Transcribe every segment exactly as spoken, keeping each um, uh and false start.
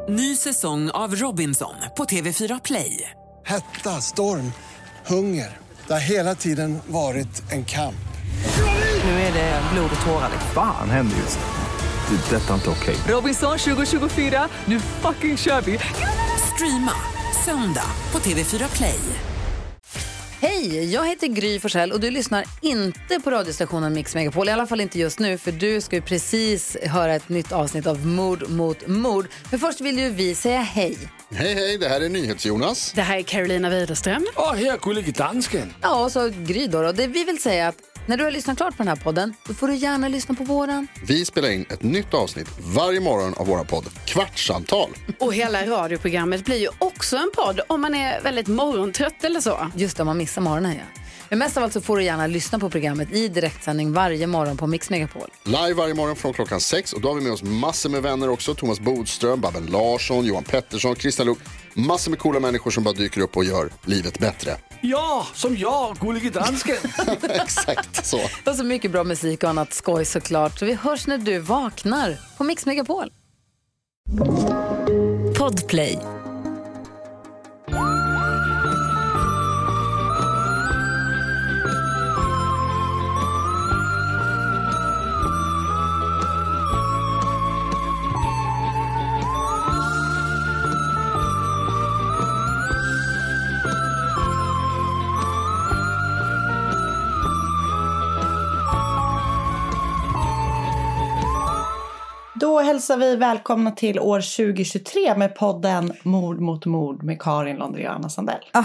Ny säsong av Robinson på T V fyra Play. Hetta, storm, hunger. Det har hela tiden varit en kamp. Nu är det blod och tårar. Fan händer just det. Det är detta inte okej. Robinson tjugo tjugofyra, nu fucking kör vi. Streama söndag på T V fyra Play. Hej, jag heter Gry Forssell och du lyssnar inte på radiostationen Mix Megapol. I alla fall inte just nu, för du ska ju precis höra ett nytt avsnitt av Mord mot mord. Men först vill ju vi säga hej. Hej, hej, det här är NyhetsJonas. Det här är Carolina Widerström. Och här är Gullige Dansken. Ja, och så Gry då, då. Det vi vill säga att när du har lyssnat klart på den här podden, då får du gärna lyssna på våran. Vi spelar in ett nytt avsnitt varje morgon av våra podd Kvartsamtal. Och hela radioprogrammet blir ju också en podd om man är väldigt morgontrött eller så. Just det, om man missar morgonen, ja. Men mest av allt så får du gärna lyssna på programmet i direktsändning varje morgon på Mix Megapol. Live varje morgon från klockan sex. Och då har vi med oss massor med vänner också. Thomas Bodström, Babben Larsson, Johan Pettersson, Christian Luuk. Massor med coola människor som bara dyker upp och gör livet bättre. Ja, som jag, Gullige Dansken. Exakt så. Och så mycket bra musik och annat skoj såklart. Så vi hörs när du vaknar på Mix Megapol. Podplay. Då hälsar vi välkomna till år tjugo tjugotre med podden Mord mot mord med Karin Londré och Anna Sandell. Ah,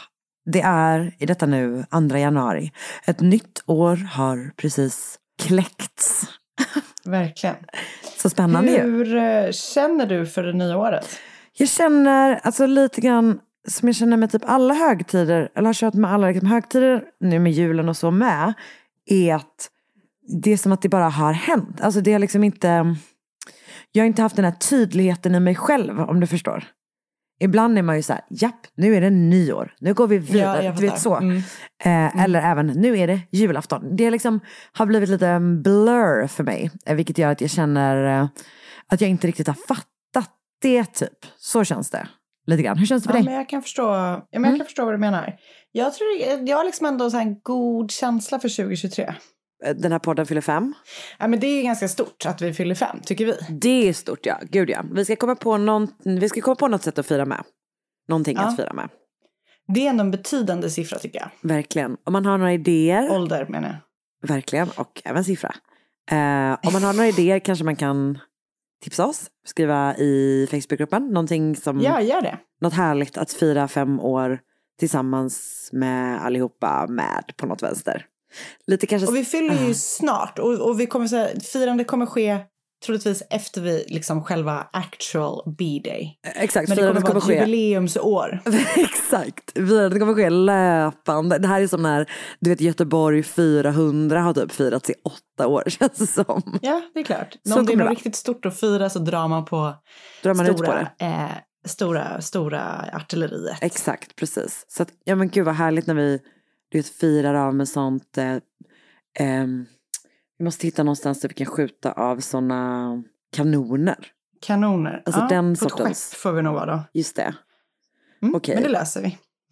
det är i detta nu andra januari. Ett nytt år har precis kläckts. Verkligen. Så spännande ju. Hur känner du för det nya året? Jag känner alltså lite grann som jag känner med typ alla högtider, eller har kört med alla liksom, högtider nu med julen och så med, är att det är som att det bara har hänt. Alltså det är liksom inte... Jag har inte haft den här tydligheten i mig själv, om du förstår. Ibland är man ju så här, japp, nu är det nyår. Nu går vi vidare, ja, du vet så. Mm. Eh, mm. Eller även, nu är det julafton. Det liksom har blivit lite en blur för mig. Vilket gör att jag känner eh, att jag inte riktigt har fattat det typ. Så känns det. Lite grann. Hur känns det för ja, dig? Men jag kan förstå, ja, men jag mm. kan förstå vad du menar. Jag tror jag har liksom ändå så här en god känsla för tjugo tjugotre. Den här podden fyller fem. Ja, men det är ganska stort att vi fyller fem, tycker vi. Det är stort, ja. Gud, ja. Vi ska komma på, någon, vi ska komma på något sätt att fira med. Någonting ja. att fira med. Det är ändå en betydande siffra, tycker jag. Verkligen. Om man har några idéer. Ålder, menar jag. Verkligen, och även siffra. Eh, om man har några idéer kanske man kan tipsa oss. Skriva i Facebookgruppen. Någonting som... Ja, gör det. Något härligt att fira fem år tillsammans med allihopa med på något vänster. Lite kanske... Och vi fyller ju uh. snart. Och, och vi kommer säga, firandet kommer ske troligtvis efter vi liksom själva actual B-day. Exakt. Men det kommer vara ett ske... jubileumsår. Exakt. Firandet kommer ske löpande. Det här är som när, du vet, Göteborg fyrahundra har typ firats i åtta år, känns det som. Ja, det är klart. Så om det är något det riktigt stort att fira så drar man på drar man stora, ut på det. Eh, stora, stora artilleriet. Exakt, precis. Så att, ja men gud vad härligt när vi du vet, firar av med sånt. Eh, eh, vi måste hitta någonstans där vi kan skjuta av såna kanoner. Kanoner? Alltså ja, den på sortens. ett skepp får vi nog vara då. Just det. Mm, Okej. Men det löser vi.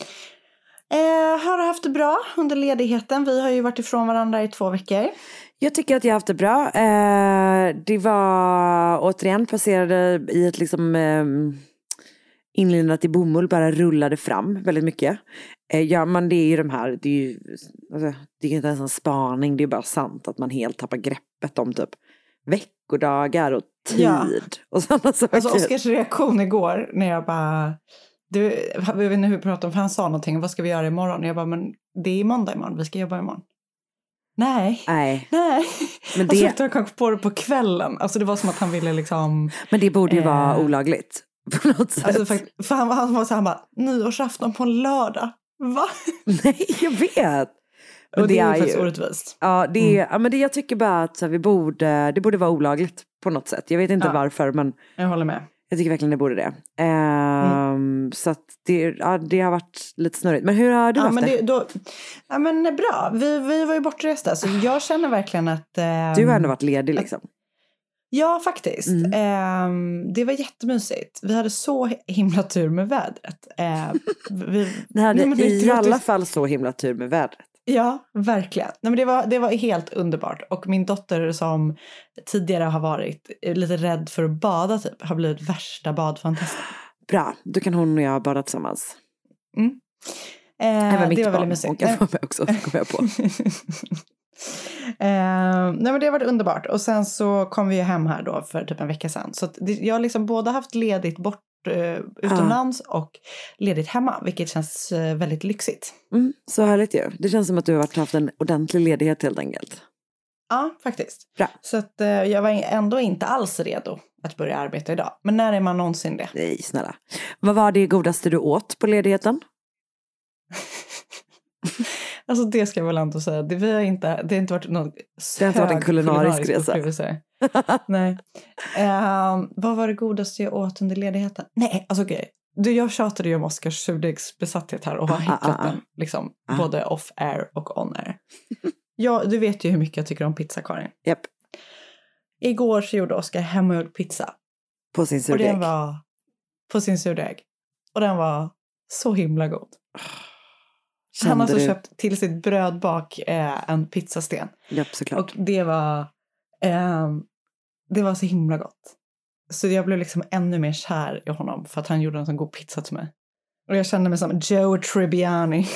Eh, har du haft det bra under ledigheten? Vi har ju varit ifrån varandra i två veckor. Jag tycker att jag har haft det bra. Eh, det var återigen passerade i ett liksom... Eh, inlindat i bomull bara rullade fram väldigt mycket. Eh, ja, men det är ju de här, det är ju alltså, det är inte ens en spaning, det är bara sant att man helt tappar greppet om typ veckodagar och tid ja. och sådana saker. Alltså Oskars reaktion igår när jag bara, du, jag vet inte hur vi pratade om, för han sa någonting, vad ska vi göra imorgon? Och jag bara, men det är måndag imorgon, vi ska jobba imorgon. Nej. Nej. Nej. Men det... Alltså, jag kanske på det på kvällen. Alltså det var som att han ville liksom... Men det borde ju eh... vara olagligt. På något sätt. Alltså, för, för han, han var så här, han bara, nyårsafton på en lördag. Va? Nej, jag vet. Och, och det, det är ju ju faktiskt orättvist. Ja, det är, mm. ja, men det, jag tycker bara att så här, vi borde, det borde vara olagligt på något sätt. Jag vet inte ja. varför, men jag håller med. Jag tycker verkligen det borde det. Um, mm. Så att det, ja, det har varit lite snurrigt. Men hur har du ja, haft men det? det då, ja men bra. Vi, vi var ju bortresta, så jag känner verkligen att... Um, du har ändå varit ledig liksom. Ja, faktiskt. Mm. Eh, det var jättemysigt. Vi hade så himla tur med vädret. Eh, vi Ni hade nej, i det, alla det, fall så himla tur med vädret. Ja, verkligen. Nej, men det, var, det var helt underbart. Och min dotter som tidigare har varit lite rädd för att bada typ, har blivit värsta badfantasten. Bra, då kan hon och jag bada tillsammans. Mm. Eh, Även mitt det var barn. väldigt mysigt. Hon kan vara med också, kom jag på. eh, nej men det var underbart. Och sen så kom vi ju hem här då för typ en vecka sedan. Så att det, jag har liksom både haft ledigt bort uh, utomlands ah. och ledigt hemma. Vilket känns uh, väldigt lyxigt. Mm, så härligt ju. Det känns som att du har haft en ordentlig ledighet helt enkelt. Ja, faktiskt. Bra. Så att uh, jag var ändå inte alls redo att börja arbeta idag. Men när är man någonsin det? Nej, snälla. Vad var det godaste du åt på ledigheten? Alltså det ska jag väl ändå säga. Det, vi har inte, det har inte varit någon det har inte varit en kulinarisk resa. Nej. Uh, vad var det godaste jag åt under ledigheten? Nej, alltså okej. Okay. Du, jag tjatade ju om Oscars surdegsbesatthet här och har hittat ah, ah, den liksom ah. både off-air och on-air. Ja, du vet ju hur mycket jag tycker om pizza, Karin. Japp. Igår så gjorde Oscar hemmagjord pizza. På sin surdeg. Och den var på sin surdeg. Och den var så himla god. Kände han har alltså du... köpt till sitt brödbak eh, en pizzasten. Japp, såklart. Och det var eh, det var så himla gott. Så jag blev liksom ännu mer kär i honom för att han gjorde en sån god pizza till mig. Och jag kände mig som Joe Tribbiani.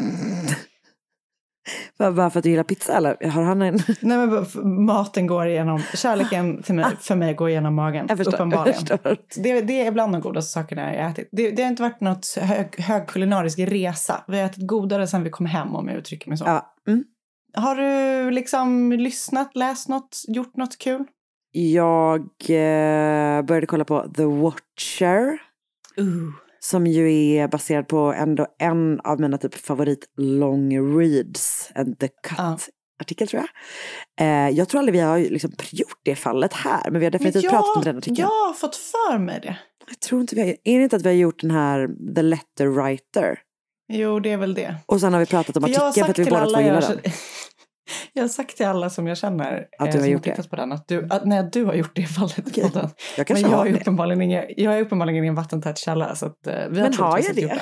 Bara för att du gillar pizza eller har han en... Nej men maten går igenom, kärleken till mig, för mig går igenom magen. Jag förstår, uppenbarligen. jag förstår. Det, det är bland de godaste sakerna jag ätit. Det, det har inte varit något hög, hög kulinarisk resa. Vi har ätit godare sen vi kom hem om jag uttrycker mig så. Ja. Mm. Har du liksom lyssnat, läst något, gjort något kul? Jag eh, började kolla på The Watcher. Uh. Som ju är baserad på ändå en av mina typ favorit long reads. And The Cut-artikel uh. tror jag. Eh, jag tror aldrig vi har liksom gjort det fallet här. Men vi har definitivt jag, pratat om den artikeln. Jag har fått för mig det. Jag tror inte vi har. Är det inte att vi har gjort den här The Letter Writer? Jo, det är väl det. Och sen har vi pratat om artikeln för att vi båda två gillar den. Jag har sagt till alla som jag känner att du har som gjort har det. På den, att du, att, nej, du har gjort det i fallet. Okay. På den. Jag kanske Men jag har är det. uppenbarligen ingen, jag är uppenbarligen ingen vattentät källa. Så att, uh, vi Men har, har jag det?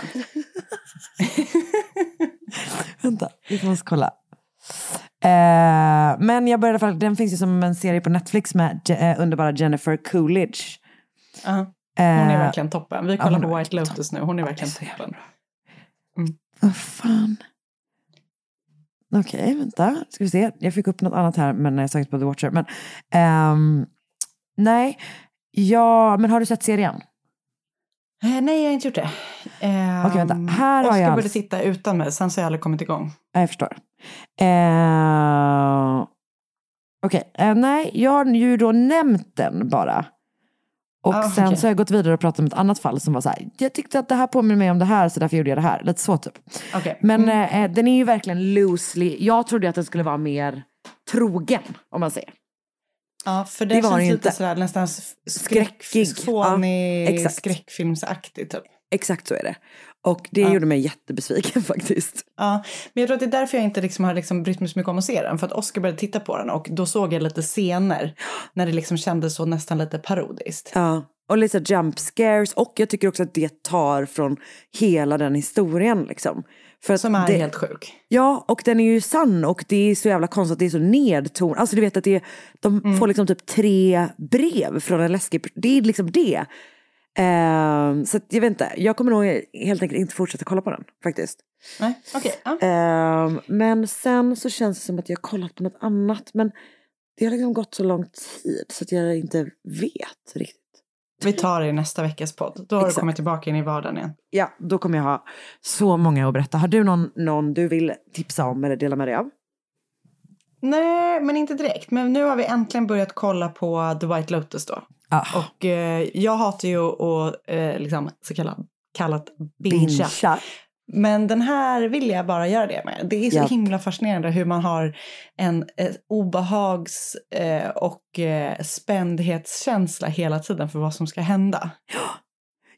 Vänta, vi måste kolla. Uh, men jag började fall, den finns ju som en serie på Netflix med uh, underbara Jennifer Coolidge. Uh-huh. Hon är uh, verkligen toppen. Vi kollar uh, på White Lotus nu. Hon är verkligen är toppen. Mm. Vad fan? Okej, okay, vänta. Ska vi se. Jag fick upp något annat här men jag sökte på The Watcher. Men, um, nej. Ja, men har du sett serien? Eh, nej, jag har inte gjort det. Um, Okej, okay, vänta. Här har jag... Jag började titta utan mig, sen så har jag aldrig kommit igång. Jag förstår. Uh, Okej, okay. uh, nej. Jag har ju då nämnt den bara. Och ah, sen okay. så har jag gått vidare och pratat om ett annat fall som var så här. Jag tyckte att det här påminner mig om det här så därför gjorde jag det här. Lite så typ. Okay. Men mm. eh, den är ju verkligen loosely. Jag trodde att den skulle vara mer trogen om man säger. Ja, för det, det känns lite sådär nästan skräckig, fånig, ja, skräckfilmsaktig typ. Exakt så är det. Och det ja. gjorde mig jättebesviken faktiskt. Ja, men jag tror att det är därför jag inte liksom har liksom brytt mig så mycket om att se den. För att Oscar började titta på den och då såg jag lite scener när det liksom kändes så nästan lite parodiskt. Ja, och lite jump scares. Och jag tycker också att det tar från hela den historien liksom. För att som är det, helt sjuk. Ja, och den är ju sann och det är så jävla konstigt att det är så nedton. Alltså du vet att det är, de mm. får liksom typ tre brev från en läskig. Det är liksom det. Uh, så att, jag vet inte, jag kommer nog helt enkelt inte fortsätta kolla på den faktiskt. Nej, okej. Okay. Uh. Uh, men sen så känns det som att jag har kollat på något annat. Men det har liksom gått så lång tid så att jag inte vet riktigt. Vi tar det i nästa veckas podd. Då har Exakt. du kommit tillbaka in i vardagen igen. Ja, då kommer jag ha så många att berätta. Har du någon, någon du vill tipsa om eller dela med dig av? Nej, men inte direkt. Men nu har vi äntligen börjat kolla på The White Lotus då. Ah. Och eh, jag hatar ju att eh, liksom, så kallat, kallat bingea. Bincha. Men den här vill jag bara göra det med. Det är så yep. himla fascinerande hur man har en eh, obehags eh, och eh, spändhetskänsla hela tiden för vad som ska hända.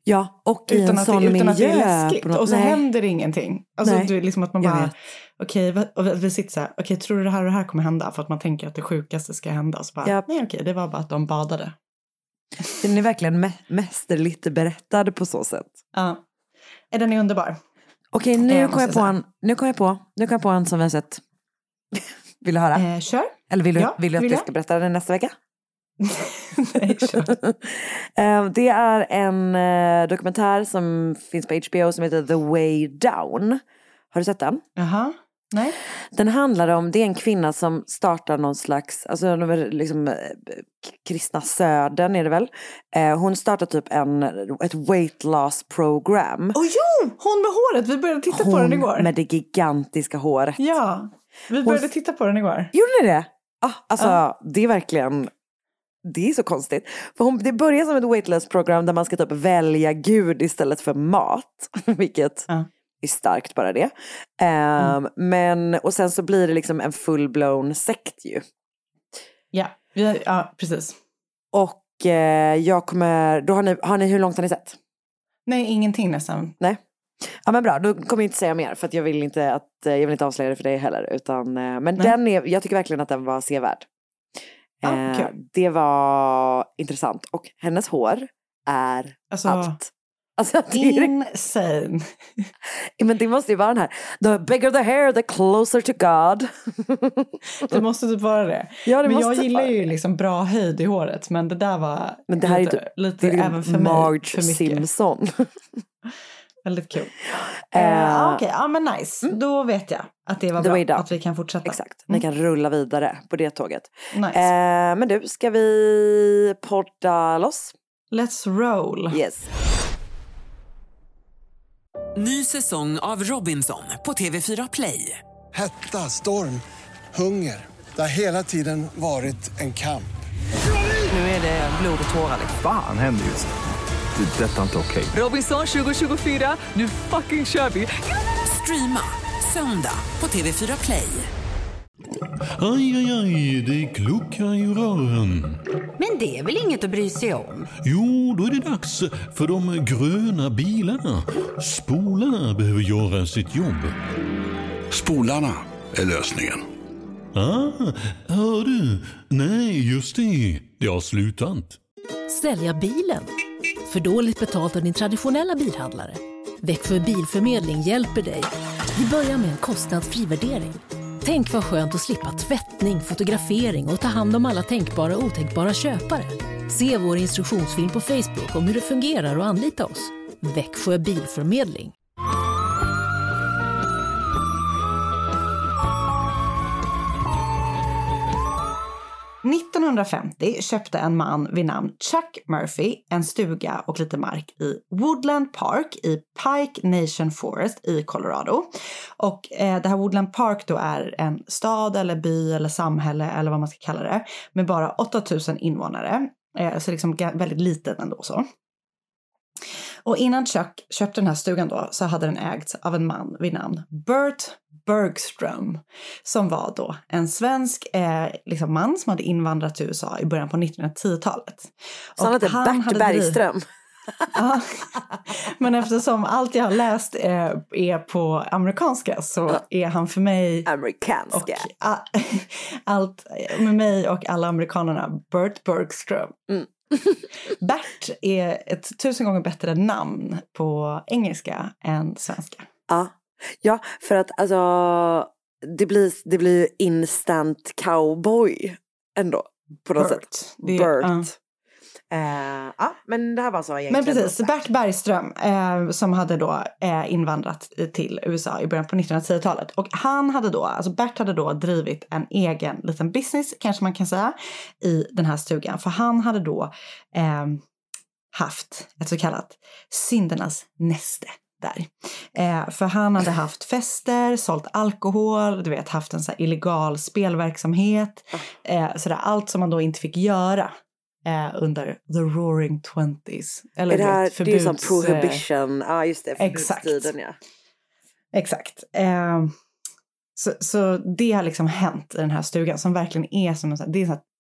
Ja, och i utan en att sån det, utan miljö. att det är läskigt. Något, och så nej. händer det ingenting. Alltså Nej. du, liksom att man Jag bara, vet. okej, okay, och vi sitter så här, okej, okay, tror du det här och det här kommer hända? För att man tänker att det sjukaste ska hända. Så bara, Ja. nej okej, okay, det var bara att de badade. Den är verkligen mä- mästerligt berättad på så sätt. Ja, uh, den är underbar. Okej, nu Jag kommer jag måste på säga. en, nu kommer jag på, nu kommer jag på en som vi har sett. Vill du höra? Eh, kör. Eller vill du, Ja, vill du att vill jag jag? ska berätta den nästa vecka? Nej, kör. Eh, Det är en eh, dokumentär som finns på H B O som heter The Way Down. Har du sett den? Jaha, nej. Den handlar om, det är en kvinna som startar någon slags, alltså de är liksom eh, kristna södern är det väl. Eh, hon startar typ en, ett weight loss program. Åh oh, jo, hon med håret, vi började titta hon på den igår. med det gigantiska håret. Ja, vi började hon... titta på den igår. Gjorde ni det? Ah, alltså Ja. det är verkligen, det är så konstigt. För hon, det börjar som ett weight loss program där man ska typ välja Gud istället för mat. Vilket Ja. är starkt bara det. Um, mm. Men, och sen så blir det liksom en full-blown sekt ju. Ja, ja, ja precis. Och eh, jag kommer, då har ni, har ni, hur långt har ni sett? Nej, ingenting nästan. Nej. Ja men bra, då kommer jag inte säga mer för att jag vill inte att, jag vill inte avslöja det för dig heller. Utan, men Nej. den är, jag tycker verkligen att den var sevärd. Ah, eh, cool. Det var intressant. Och hennes hår är alltså, allt. Alltså, det är... insane. Men det måste ju vara den här. The bigger the hair, the closer to God. Det måste typ vara det. Ja, det men måste jag gillar vara. ju liksom bra höjd i håret. Men det där var men det här lite, är typ, lite det är även för mig. Marge för mycket. Simpson. Väldigt kul. Uh, uh, Okej, okay. Ja men nice. Mm. Då vet jag att det var The bra. Att vi kan fortsätta. Exakt, mm. ni kan rulla vidare på det tåget. Nice. Uh, men du, ska vi podda loss? Let's roll. Yes. Ny säsong av Robinson på T V fyra Play. Hetta, storm, hunger. Det har hela tiden varit en kamp. Nu är det blod och tårar. Fan händer just det. Det är detta inte okej. Robinson tjugo tjugofyra, nu fucking kör vi. Streama söndag på T V fyra Play. Aj, aj, aj, det kluckar i rören. Men det är väl inget att bry sig om? Jo, då är det dags för de gröna bilarna. Spolarna behöver göra sitt jobb. Spolarna är lösningen. Ah, hör du? Nej, just det. Det har slutat. Sälja bilen? För dåligt betalt av din traditionella bilhandlare. Växjö Bilförmedling hjälper dig. Vi börjar med en kostnadsfri värdering. Tänk vad skönt att slippa tvättning, fotografering och ta hand om alla tänkbara och otänkbara köpare. Se vår instruktionsfilm på Facebook om hur det fungerar och anlita oss. Växjö Bilförmedling. nittonhundrafemtio köpte en man vid namn Chuck Murphy en stuga och lite mark i Woodland Park i Pike Nation Forest i Colorado. Och eh, det här Woodland Park då är en stad eller by eller samhälle eller vad man ska kalla det med bara åtta tusen invånare. Eh, så liksom väldigt liten ändå så. Och innan Chuck köpte den här stugan då så hade den ägts av en man vid namn Bert Bergström som var då en svensk eh, liksom man som hade invandrat till U S A i början på nittonhundratiotalet. Så han hette Bert hade Bergström? Ja, men eftersom allt jag har läst eh, är på amerikanska så är han för mig amerikanska och, a, allt med mig och alla amerikanerna Bert Bergström. Mm. Bert är ett tusen gånger bättre namn på engelska än svenska. Ja, ja för att alltså det blir, det blir instant cowboy ändå på något Bert. sätt. Det, Bert. Uh. Uh, ja, men det här var så egentligen. Men precis, Bert Bergström eh, som hade då eh, invandrat till U S A i början på nittonhundratiotalet. Och han hade då, alltså Bert hade då drivit en egen liten business kanske man kan säga i den här stugan. För han hade då eh, haft ett så kallat syndernas näste där. Eh, för han hade haft fester, sålt alkohol, du vet haft en så här illegal spelverksamhet. Eh, sådär, allt som man då inte fick göra. Eh, under the roaring twenties. Eller är det här, vet, förbuds, det är ju som prohibition. Ja, ah, just det. Exakt. Ja. Exakt. Eh, så, så det har liksom hänt i den här stugan som verkligen är som en, det är en sån här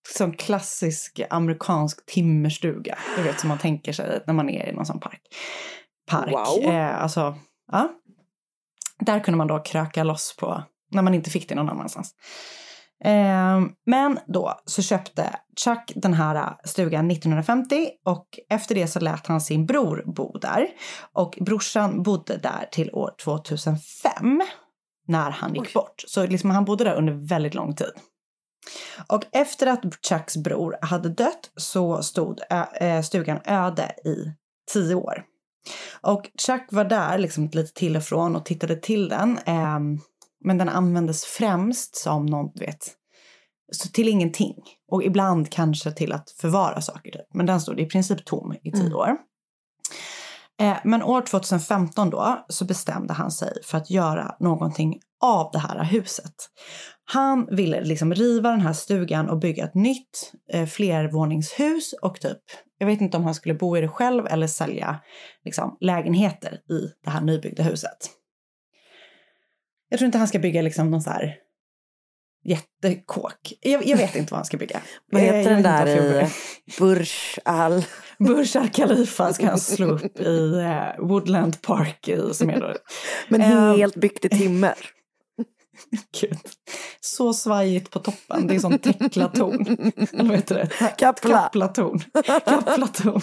sån klassisk amerikansk timmerstuga. Du vet som man tänker sig när man är i någon sån park. Park. Wow. Eh, alltså, ja. Där kunde man då kröka loss på när man inte fick det någon annanstans. Eh, men då så köpte Chuck den här stugan nittonhundrafemtio och efter det så lät han sin bror bo där. Och brorsan bodde där till år tvåtusenfem när han gick Oj. bort. Så liksom han bodde där under väldigt lång tid. Och efter att Chucks bror hade dött så stod ö- stugan öde i tio år. Och Chuck var där liksom lite till och från och tittade till den. Eh, men den användes främst som någon, vet, så till ingenting. Och ibland kanske till att förvara saker. Typ. Men den stod i princip tom i tio mm. år. Eh, men år tjugohundrafemton då så bestämde han sig för att göra någonting av det här huset. Han ville liksom riva den här stugan och bygga ett nytt eh, flervåningshus och typ, jag vet inte om han skulle bo i det själv eller sälja liksom, lägenheter i det här nybyggda huset. Jag tror inte han ska bygga liksom någon så här jättekåk. Jag, jag vet inte vad han ska bygga. Vad heter den där i Burj Al? Burj Al Khalifa ska han slå upp i eh, Woodland Park i, som är då. Men helt um, byggt i timmer. Gud. Så svajigt på toppen. Det är sån teklaton. Eller vet du det? Kapla. Kaplaton. Kaplaton.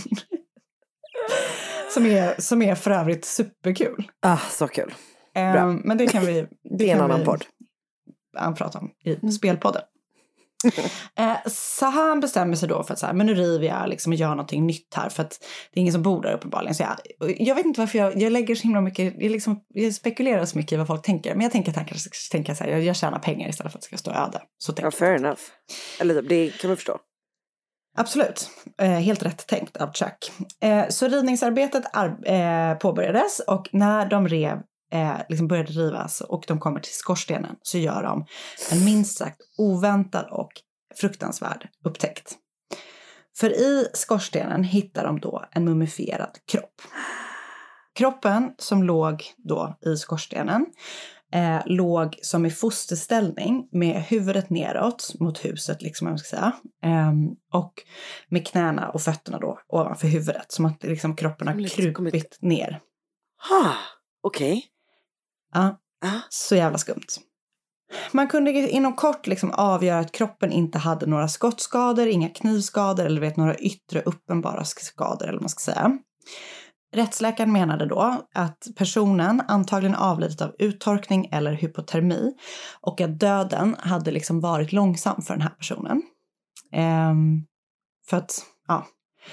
som, är, som är för övrigt superkul. Ah, så kul. Um, men det kan vi... Det, det är en annan podd. Han pratar om i mm. spelpodden. eh, så han bestämmer sig då för att så här, men nu river jag liksom och gör någonting nytt här för att det är ingen som bor där uppenbarligen. Så jag, jag vet inte varför jag, jag lägger så himla mycket, jag, liksom, jag spekulerar så mycket i vad folk tänker. Men jag tänker att han kanske tänker så här, jag, jag tjänar pengar istället för att det ska stå öde. Så ja, fair enough. Eller det kan man förstå. Absolut. Eh, helt rätt tänkt av Chuck. Eh, så rivningsarbetet ar- eh, påbörjades och när de rev Eh, liksom började rivas och de kommer till skorstenen så gör de en minst sagt oväntad och fruktansvärd upptäckt. För i skorstenen hittar de då en mumifierad kropp. Kroppen som låg då i skorstenen eh, låg som i fosterställning med huvudet neråt mot huset liksom man ska säga. Eh, och med knäna och fötterna då ovanför huvudet som att liksom kroppen har krupit ner. Ha, okej. Okay. Ja, så jävla skumt. Man kunde inom kort liksom avgöra att kroppen inte hade några skottskador, inga knivskador eller vet, några yttre uppenbara skador eller vad man ska säga. Rättsläkaren menade då att personen antagligen avlidit av uttorkning eller hypotermi och att döden hade liksom varit långsam för den här personen. Ehm, för att, ja,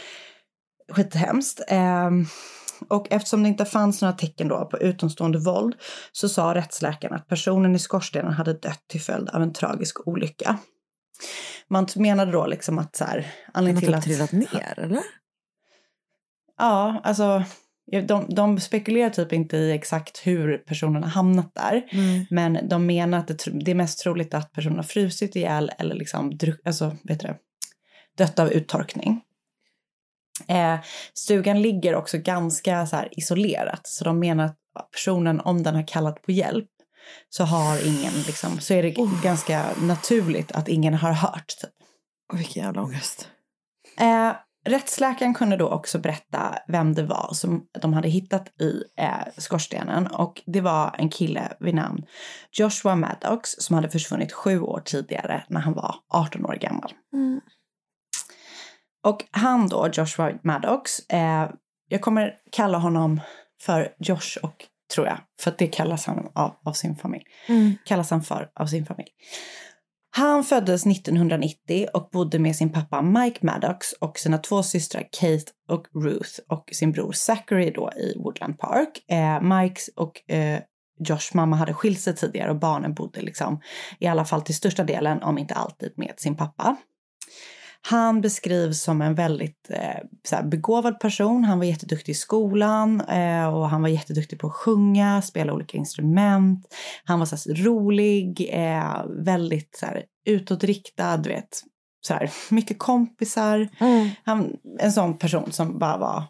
skithemskt. Ehm, Och eftersom det inte fanns några tecken då på utomstående våld så sa rättsläkaren att personen i skorstenen hade dött till följd av en tragisk olycka. Man menade då liksom att så här, anledningen till att... trillat ner, eller? Ja, alltså de, de spekulerar typ inte i exakt hur personen har hamnat där. Mm. Men de menar att det, det är mest troligt att personen har frusit ihjäl eller liksom druck, alltså, vet du, dött av uttorkning. Eh, stugan ligger också ganska så här isolerat. Så de menar att personen, om den har kallat på hjälp så har ingen liksom, så är det oh. ganska naturligt att ingen har hört typ. Oh, vilken jävla ångest. Eh, rättsläkaren kunde då också berätta vem det var som de hade hittat i eh, skorstenen. Och det var en kille vid namn Joshua Maddox som hade försvunnit sju år tidigare när han var arton år gammal. Mm. Och han då, Joshua Maddox, eh, jag kommer kalla honom för Josh och tror jag, för att det kallas han av, av sin familj. Mm. Kallas han för av sin familj. Han föddes nittonhundranittio och bodde med sin pappa Mike Maddox och sina två systrar Kate och Ruth och sin bror Zachary då i Woodland Park. Eh, Mikes och eh, Josh mamma hade skilt sig tidigare och barnen bodde liksom i alla fall till största delen, om inte alltid, med sin pappa. Han beskrivs som en väldigt eh, så här, begåvad person. Han var jätteduktig i skolan eh, och han var jätteduktig på att sjunga, spela olika instrument. Han var så här, rolig, eh, väldigt så här, utåtriktad, du vet, så här, mycket kompisar. Mm. Han, en sån person som bara var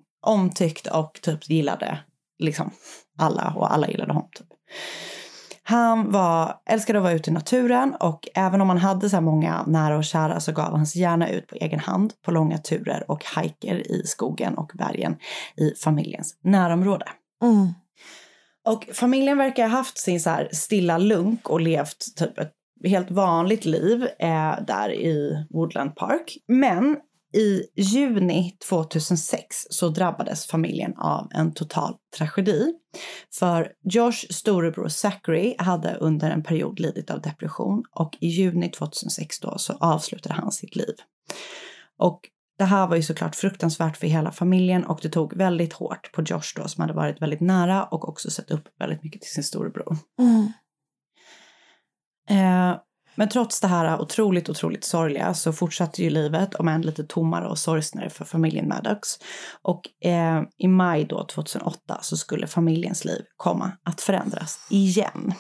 omtyckt och typ gillade liksom alla och alla gillade honom typ. Han var, älskade att vara ute i naturen och även om han hade så här många nära och kära så gav han sig gärna ut på egen hand på långa turer och hajker i skogen och bergen i familjens närområde. Mm. Och familjen verkar ha haft sin så här stilla lunk och levt typ ett helt vanligt liv eh, där i Woodland Park. Men i juni tjugohundrasex så drabbades familjen av en total tragedi. För Josh storebror Zachary hade under en period lidit av depression och i juni tjugohundrasex då så avslutade han sitt liv. Och det här var ju såklart fruktansvärt för hela familjen och det tog väldigt hårt på Josh då som hade varit väldigt nära och också sett upp väldigt mycket till sin storebror. Mm. Eh, men trots det här otroligt, otroligt sorgliga så fortsatte ju livet om än lite tommare och sorgsnare för familjen Maddox. Och eh, i maj då tjugohundraåtta så skulle familjens liv komma att förändras igen.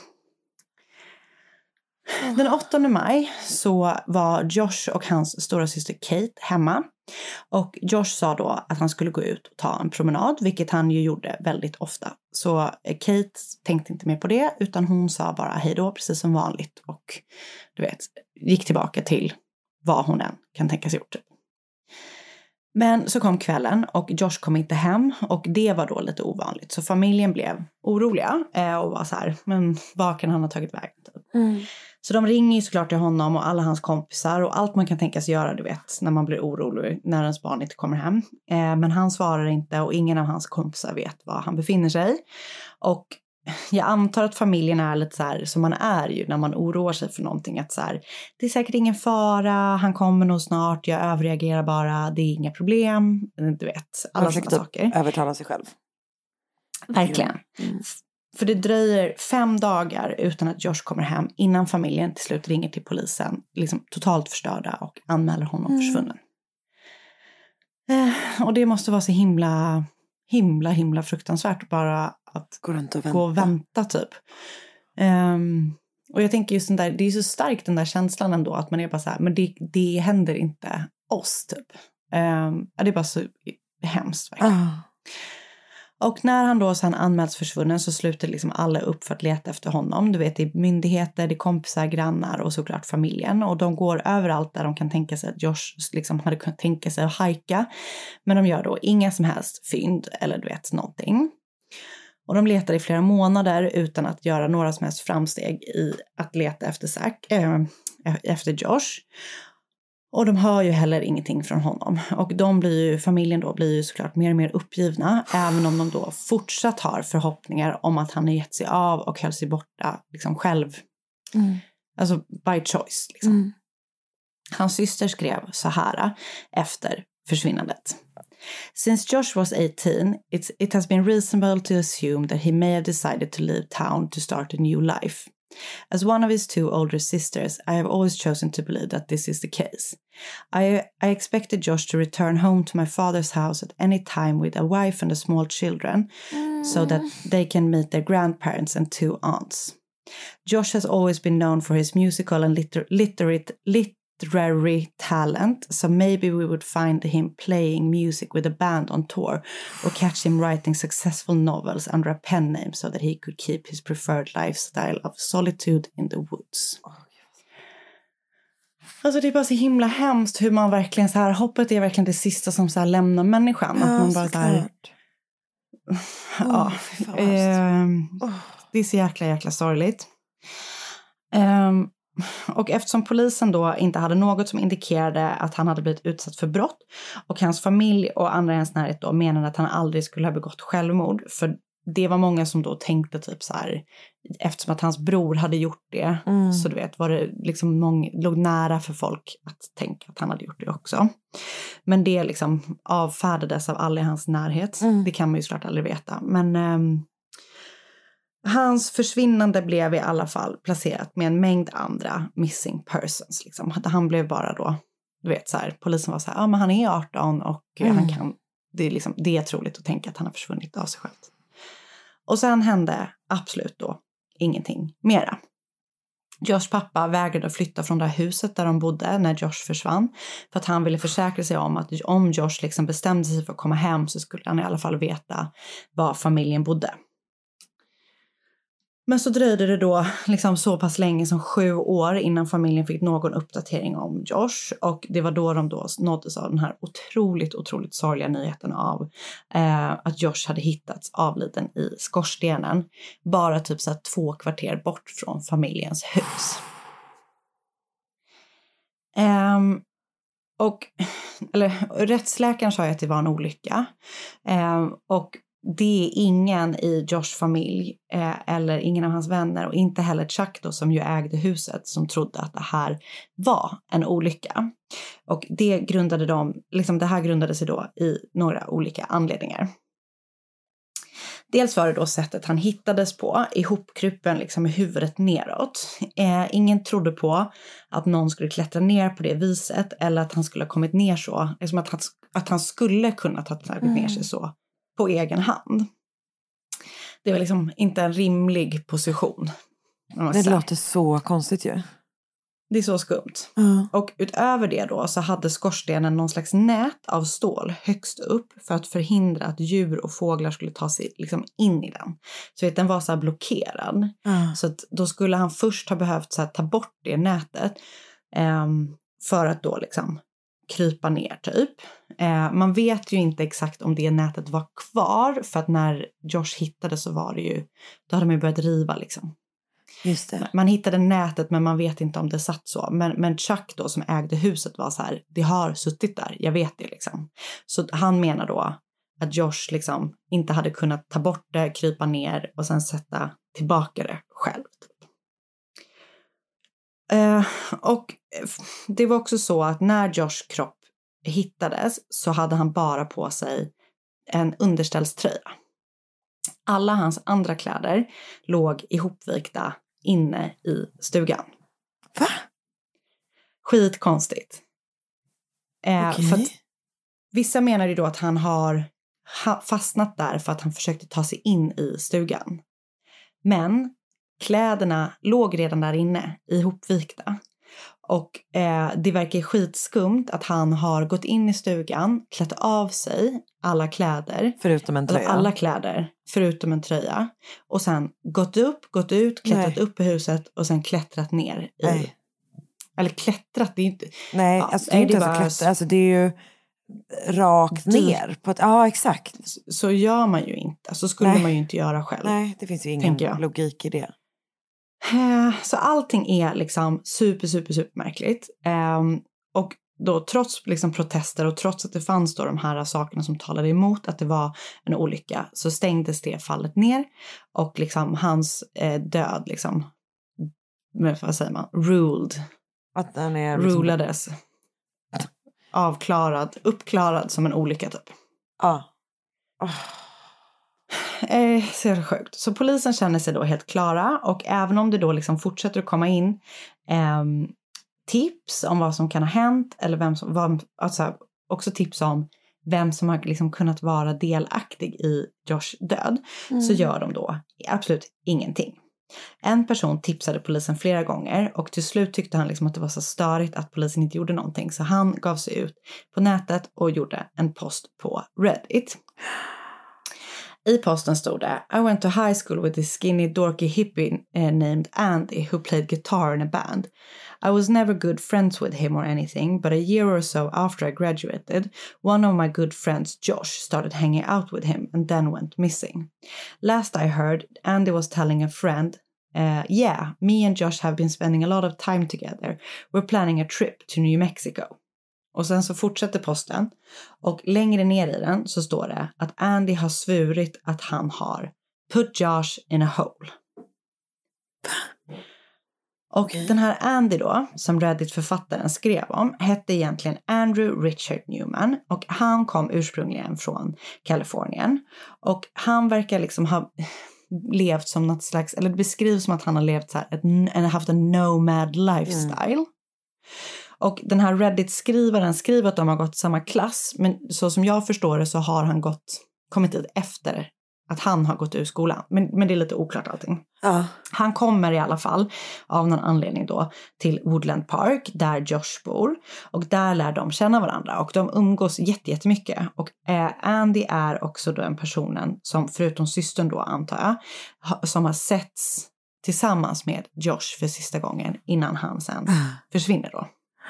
Den åttonde maj så var Josh och hans stora syster Kate hemma. Och Josh sa då att han skulle gå ut och ta en promenad, vilket han ju gjorde väldigt ofta. Så Kate tänkte inte mer på det, utan hon sa bara hej då, precis som vanligt. Och du vet, gick tillbaka till vad hon än kan tänkas gjort. Men så kom kvällen och Josh kom inte hem och det var då lite ovanligt. Så familjen blev oroliga och var så här, men vad kan han ha tagit vägen? Mm. Så de ringer ju såklart till honom och alla hans kompisar och allt man kan tänkas göra, du vet, när man blir orolig när ens barn inte kommer hem. Eh, men han svarar inte och ingen av hans kompisar vet var han befinner sig. Och jag antar att familjen är lite så här som man är ju när man oroar sig för någonting. Att så här, det är säkert ingen fara, han kommer nog snart, jag överreagerar bara, det är inga problem. Du vet, alla sådana saker. Övertala sig själv. Verkligen. Mm. För det dröjer fem dagar utan att Josh kommer hem innan familjen till slut ringer till polisen. Liksom totalt förstörda och anmäler honom mm. försvunnen. Eh, och det måste vara så himla, himla, himla fruktansvärt bara att gå, runt och vänta. gå och vänta typ. Um, och jag tänker just den där, det är så starkt den där känslan ändå att man är bara så här, men det, det händer inte oss typ. Um, det är bara så hemskt verkligen. Ah. Och när han då sen anmäls försvunnen så slutar liksom alla upp för att leta efter honom. Du vet, det är myndigheter, det är kompisar, grannar och såklart familjen. Och de går överallt där de kan tänka sig att Josh liksom hade kunnat tänka sig att hajka. Men de gör då inga som helst fynd eller du vet någonting. Och de letar i flera månader utan att göra några som helst framsteg i att leta efter Zach, äh, efter Josh. Och de hör ju heller ingenting från honom. Och de blir ju, familjen då blir ju såklart mer och mer uppgivna. Även om de då fortsatt har förhoppningar om att han har gett sig av och höll sig borta liksom själv. Mm. Alltså by choice liksom. Mm. Hans syster skrev så här efter försvinnandet. Since Josh was eighteen, it's, it has been reasonable to assume that he may have decided to leave town to start a new life. As one of his two older sisters, I have always chosen to believe that this is the case. I, I expected Josh to return home to my father's house at any time with a wife and a small children, mm. so that they can meet their grandparents and two aunts. Josh has always been known for his musical and liter- literate, literary talent, so maybe we would find him playing music with a band on tour or catch him writing successful novels under a pen name so that he could keep his preferred lifestyle of solitude in the woods. Alltså det är bara så himla hemskt hur man verkligen så här, hoppet är verkligen det sista som så här lämnar människan. Ja, att man bara så här, ja, oh, eh, oh. Det är så jäkla jäkla sorgligt. Um, Och eftersom polisen då inte hade något som indikerade att han hade blivit utsatt för brott och hans familj och andra i hans närhet då menade att han aldrig skulle ha begått självmord, för det var många som då tänkte typ så här, eftersom att hans bror hade gjort det, mm. så du vet var det liksom många, låg nära för folk att tänka att han hade gjort det också. Men det liksom avfärdades av alla i hans närhet. Mm. Det kan man ju såklart aldrig veta. Men um, hans försvinnande blev i alla fall placerat med en mängd andra missing persons. Liksom. Han blev bara då, du vet så här, polisen var så här, ja men han är arton och mm. han kan, det är liksom, det är troligt att tänka att han har försvunnit av sig själv. Och sen hände absolut då ingenting mera. Joshs pappa vägrade att flytta från det här huset där de bodde när Josh försvann. För att han ville försäkra sig om att om Josh liksom bestämde sig för att komma hem så skulle han i alla fall veta var familjen bodde. Men så dröjde det då liksom så pass länge som sju år innan familjen fick någon uppdatering om Josh. Och det var då de då nåddes av den här otroligt, otroligt sorgliga nyheten av eh, att Josh hade hittats avliden i skorstenen. Bara typ så här två kvarter bort från familjens hus. Um, och, eller rättsläkaren sa ju att det var en olycka. Um, och det är ingen i Joshs familj eh, eller ingen av hans vänner och inte heller Chuck då, som ju ägde huset, som trodde att det här var en olycka. Och det grundade de, liksom det här grundade sig då i några olika anledningar. Dels var det då sättet han hittades på, ihopkruppen liksom med huvudet neråt. Eh, ingen trodde på att någon skulle klättra ner på det viset eller att han skulle ha kommit ner så. Liksom att han, att han skulle kunna ta tagit ner sig så på egen hand. Det var liksom inte en rimlig position. Det låter så konstigt ju. Det är så skumt. Uh. Och utöver det då så hade skorstenen någon slags nät av stål högst upp för att förhindra att djur och fåglar skulle ta sig liksom in i den. Så vet, den var så här blockerad. Uh. Så att då skulle han först ha behövt så här, ta bort det nätet um, för att då liksom krypa ner typ. Eh, man vet ju inte exakt om det nätet var kvar, för att när Josh hittade så var det ju, då hade man ju börjat riva liksom. Just det. Man hittade nätet men man vet inte om det satt så. Men, men Chuck då som ägde huset var så här, det har suttit där, jag vet det liksom. Så han menar då att Josh liksom inte hade kunnat ta bort det, krypa ner och sen sätta tillbaka det själv. Uh, och det var också så att när Joshs kropp hittades så hade han bara på sig en underställströja. Alla hans andra kläder låg ihopvikta inne i stugan. Va? Skitkonstigt. Uh, okay. För att vissa menar ju då att han har fastnat där för att han försökte ta sig in i stugan. Men kläderna låg redan där inne, ihopvikta. Och eh, det verkar skitskumt att han har gått in i stugan, klätt av sig alla kläder. Förutom en tröja. Alla kläder, förutom en tröja. Och sen gått upp, gått ut, klättrat Nej. upp i huset och sen klättrat ner i... Nej. Eller klättrat, det är ju inte... Nej, ja, alltså det är inte ens bara... klättra, alltså det är ju rakt ner. På ett, ja, exakt. Så, så gör man ju inte, så skulle Nej. man ju inte göra själv. Nej, det finns ju ingen logik i det. Så allting är liksom super, super, super märkligt. Um, och då trots liksom protester och trots att det fanns då de här sakerna som talade emot att det var en olycka, så stängdes det fallet ner. Och liksom hans eh, död liksom, vad säger man, ruled. Att den är liksom... Rulades. Avklarad, uppklarad som en olycka typ. Ja. Ah. Oh. Eh, så är det sjukt. Så polisen känner sig då helt klara. Och även om det då liksom fortsätter att komma in eh, tips om vad som kan ha hänt. Eller vem som, vad, alltså också tips om vem som har liksom kunnat vara delaktig i Joshs död. Mm. Så gör de då absolut ingenting. En person tipsade polisen flera gånger. Och till slut tyckte han liksom att det var så störigt att polisen inte gjorde någonting. Så han gav sig ut på nätet och gjorde en post på Reddit. I posten stod det: I went to high school with this skinny dorky hippie uh, named Andy who played guitar in a band. I was never good friends with him or anything, but a year or so after I graduated, one of my good friends, Josh, started hanging out with him and then went missing. Last I heard, Andy was telling a friend, uh, yeah, me and Josh have been spending a lot of time together. We're planning a trip to New Mexico. Och sen så fortsätter posten. Och längre ner i den så står det att Andy har svurit att han har put Josh in a hole. Och okay. Den här Andy då, som Reddit-författaren skrev om, hette egentligen Andrew Richard Newman. Och han kom ursprungligen från Kalifornien. Och han verkar liksom ha levt som något slags, eller det beskrivs som att han har levt så här, ett, haft en nomad lifestyle. Mm. Och den här Reddit-skrivaren skriver att de har gått samma klass. Men så som jag förstår det så har han gått, kommit dit efter att han har gått ur skolan. Men, men det är lite oklart allting. Ja. Han kommer i alla fall av någon anledning då till Woodland Park där Josh bor. Och där lär de känna varandra. Och de umgås jätte, jättemycket. Och eh, Andy är också då en personen som förutom systern då antar jag. Ha, som har setts tillsammans med Josh för sista gången innan han sen försvinner då.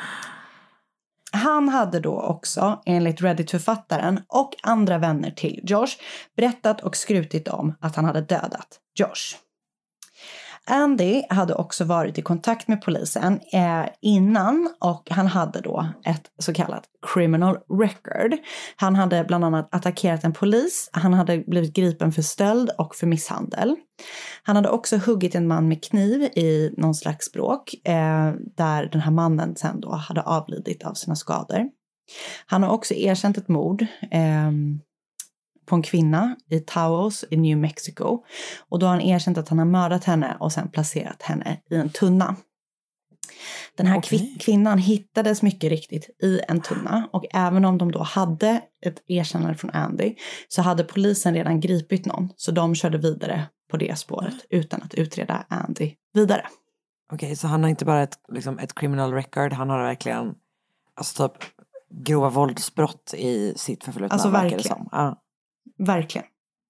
Han hade då också, enligt Reddit-författaren och andra vänner till Josh, berättat och skrutit om att han hade dödat Josh. Andy hade också varit i kontakt med polisen eh, innan och han hade då ett så kallat criminal record. Han hade bland annat attackerat en polis, han hade blivit gripen för stöld och för misshandel. Han hade också huggit en man med kniv i någon slags bråk eh, där den här mannen sen då hade avlidit av sina skador. Han har också erkänt ett mord eh, på en kvinna i Taos i New Mexico. Och då har han erkänt att han har mördat henne och sen placerat henne i en tunna. Den här okay. kvin- kvinnan hittades mycket riktigt i en tunna. Och även om de då hade ett erkännande från Andy så hade polisen redan gripit någon. Så de körde vidare på det spåret utan att utreda Andy vidare. Okej, okay, så han har inte bara ett, liksom ett criminal record, han har verkligen alltså typ grova våldsbrott i sitt förflutna. Alltså verkligen. Ja. Verkligen.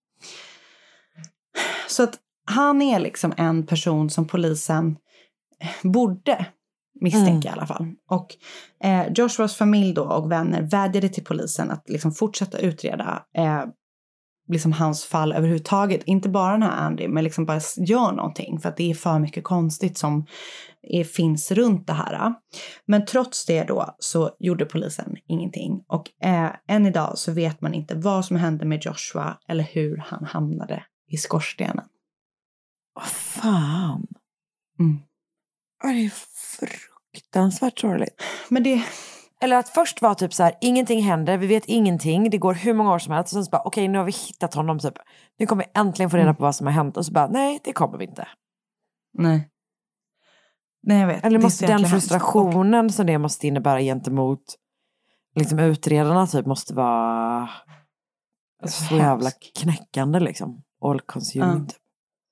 Så att han är liksom en person som polisen borde misstänka mm. i alla fall. Och eh, Joshuas familj då och vänner vädjade till polisen att liksom fortsätta utreda eh, liksom hans fall överhuvudtaget. Inte bara den här Andy, men liksom bara gör någonting. För att det är för mycket konstigt som är, finns runt det här. Men trots det då så gjorde polisen ingenting. Och eh, än idag så vet man inte vad som hände med Joshua eller hur han hamnade i skorstenen. Vad fan? Mm. Det är fruktansvärt sorgligt. Men det... Eller att först var typ så här, ingenting händer, vi vet ingenting, det går hur många år som helst. Och sen så bara, okej, okay, nu har vi hittat honom typ. Nu kommer vi äntligen få reda mm. på vad som har hänt. Och så bara, nej, det kommer vi inte. Nej. Nej, jag vet. Eller måste den frustrationen och... som det måste innebära gentemot liksom utredarna typ måste vara så, så jävla knäckande liksom. All consuming. Typ.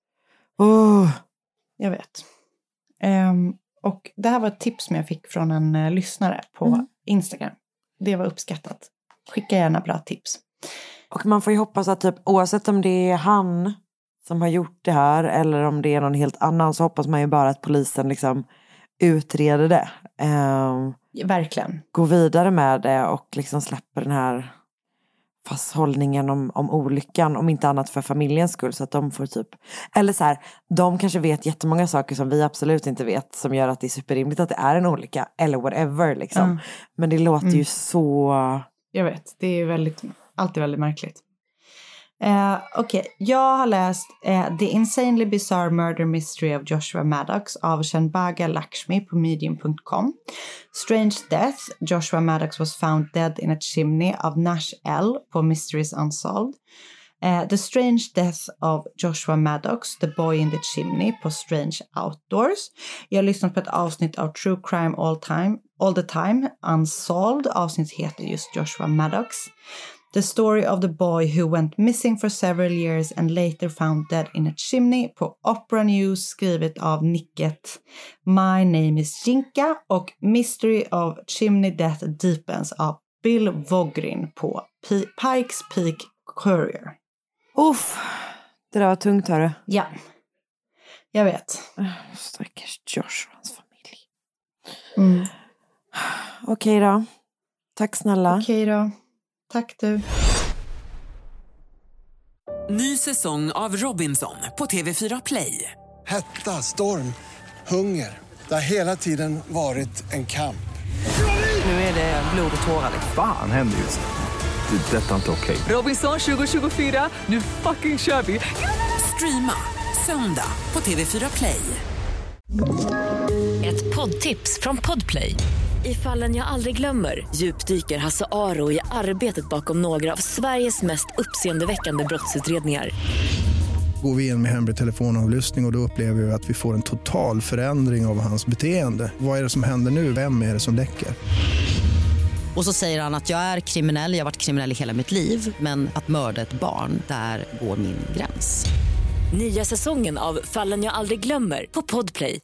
Oh. Jag vet. Um, och det här var ett tips som jag fick från en uh, lyssnare på mm. Instagram. Det var uppskattat. Skicka gärna bra tips. Och man får ju hoppas att typ oavsett om det är han som har gjort det här eller om det är någon helt annan så hoppas man ju bara att polisen liksom utreder det. Um, Verkligen. Går vidare med det och liksom släpper den här fasthållningen om, om olyckan, om inte annat för familjens skull så att de får typ, eller så här, de kanske vet jättemånga saker som vi absolut inte vet som gör att det är superrimligt att det är en olycka eller whatever liksom. Mm. Men det låter mm. ju så... Jag vet, det är väldigt, alltid väldigt märkligt. Uh, Okej, okay. Jag har läst uh, The Insanely Bizarre Murder Mystery of Joshua Maddox av Shanbaga Lakshmi på medium punkt com. Strange Death, Joshua Maddox was found dead in a chimney av Nash L på Mysteries Unsolved. Uh, the Strange Death of Joshua Maddox, The Boy in the Chimney på Strange Outdoors. Jag har lyssnat på ett avsnitt av True Crime All, time, All the Time, Unsolved. Avsnitt heter just Joshua Maddox. The Story of the Boy Who Went Missing for Several Years and Later Found Dead in a Chimney på Opera News, skrivet av Nicket. My Name is Jinka och Mystery of Chimney Death Deepens av Bill Vogrin på P- Pikes Peak Courier. Uff, det där var tungt, hörru. Ja, jag vet. Stackars Josh och hans familj. Mm. Okej okay då. Tack snälla. Okej okay då. Tack du. Ny säsong av Robinson på T V fyra Play. Hetta, storm, hunger. Det har hela tiden varit en kamp. Nu är det blod och tårar. Fan händer just det. Det är detta inte okej. Okay. Robinson tjugo tjugofyra, nu fucking kör vi. Streama söndag på T V fyra Play. Ett poddtips från Podplay. I Fallen jag aldrig glömmer djupdyker Hasse Aro i arbetet bakom några av Sveriges mest uppseendeväckande brottsutredningar. Går vi in med hemlig telefonavlyssning och då upplever vi att vi får en total förändring av hans beteende. Vad är det som händer nu? Vem är det som läcker? Och så säger han att jag är kriminell, jag har varit kriminell i hela mitt liv. Men att mörda ett barn, där går min gräns. Nya säsongen av Fallen jag aldrig glömmer på Podplay.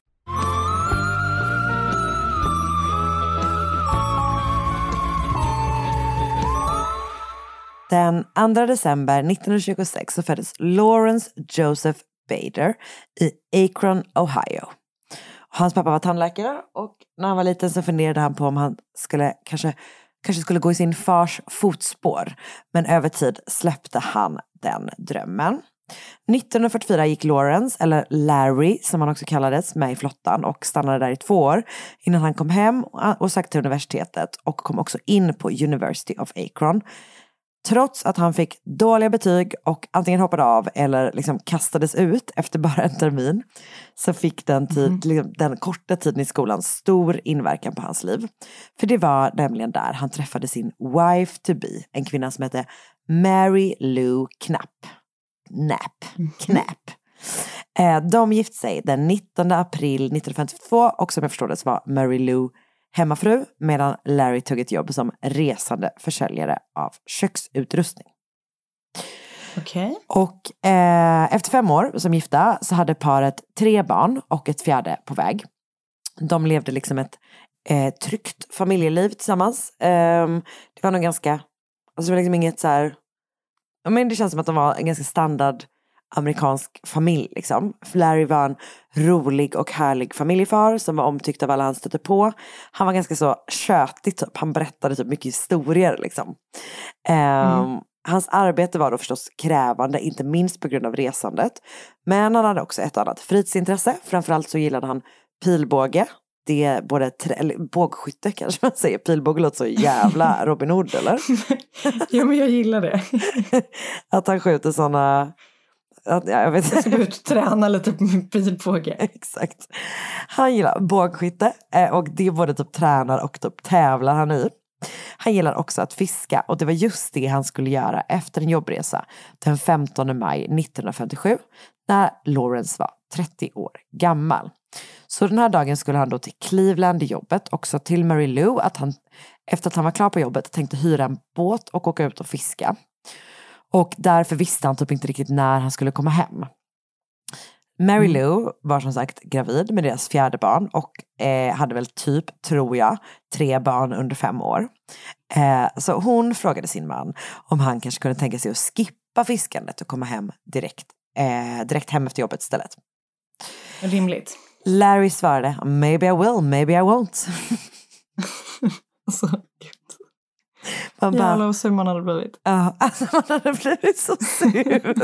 Den andra december nittonhundratjugosex så föddes Lawrence Joseph Bader i Akron, Ohio. Hans pappa var tandläkare och när han var liten så funderade han på om han skulle kanske, kanske skulle gå i sin fars fotspår. Men över tid släppte han den drömmen. nittonhundrafyrtiofyra gick Lawrence, eller Larry som han också kallades, med i flottan och stannade där i två år innan han kom hem och sökte till universitetet och kom också in på University of Akron. Trots att han fick dåliga betyg och antingen hoppade av eller liksom kastades ut efter bara en termin, så fick den, tid, mm. den korta tiden i skolan stor inverkan på hans liv. För det var nämligen där han träffade sin wife to be, en kvinna som hette Mary Lou Knapp. Knapp. Knapp. Mm. De gifte sig den nittonde april nittonhundrafemtiotvå och som jag förstår det så var Mary Lou hemmafru medan Larry tog ett jobb som resande försäljare av köksutrustning. Okej. Okay. Och eh, efter fem år som gifta så hade paret tre barn och ett fjärde på väg. De levde liksom ett eh, tryggt familjeliv tillsammans. Eh, det var nog ganska, alltså det var liksom inget så här, men det känns som att de var en ganska standard amerikansk familj liksom. Larry var en rolig och härlig familjefar som var omtyckt av alla han stötte på. Han var ganska så tjötig typ. Han berättade typ mycket historier liksom. Um, mm. Hans arbete var då förstås krävande, inte minst på grund av resandet. Men han hade också ett annat fritidsintresse. Framförallt så gillade han pilbåge. Det är både trä- eller bågskytte kanske man säger. Pilbåge låter så jävla Robin Hood eller? Ja men jag gillar det. Att han skjuter sådana... Att, ja, jag vet inte. Jag ska ut och träna lite på min pilbåge. Exakt. Han gillar bågskytte och det både typ tränar och typ tävlar han i. Han gillar också att fiska och det var just det han skulle göra efter en jobbresa den femtonde maj nittonhundrafemtiosju när Lawrence var trettio år gammal. Så den här dagen skulle han då till Cleveland i jobbet och sa till Mary Lou att han efter att han var klar på jobbet tänkte hyra en båt och åka ut och fiska. Och därför visste han typ inte riktigt när han skulle komma hem. Mary Lou var som sagt gravid med deras fjärde barn och eh, hade väl typ, tror jag, tre barn under fem år. Eh, så hon frågade sin man om han kanske kunde tänka sig att skippa fiskandet och komma hem direkt, eh, direkt hem efter jobbet istället. Rimligt. Larry svarade, maybe I will, maybe I won't. Alltså, man bara, jävlar vad sur man hade blivit. Ja, alltså man hade blivit så sur.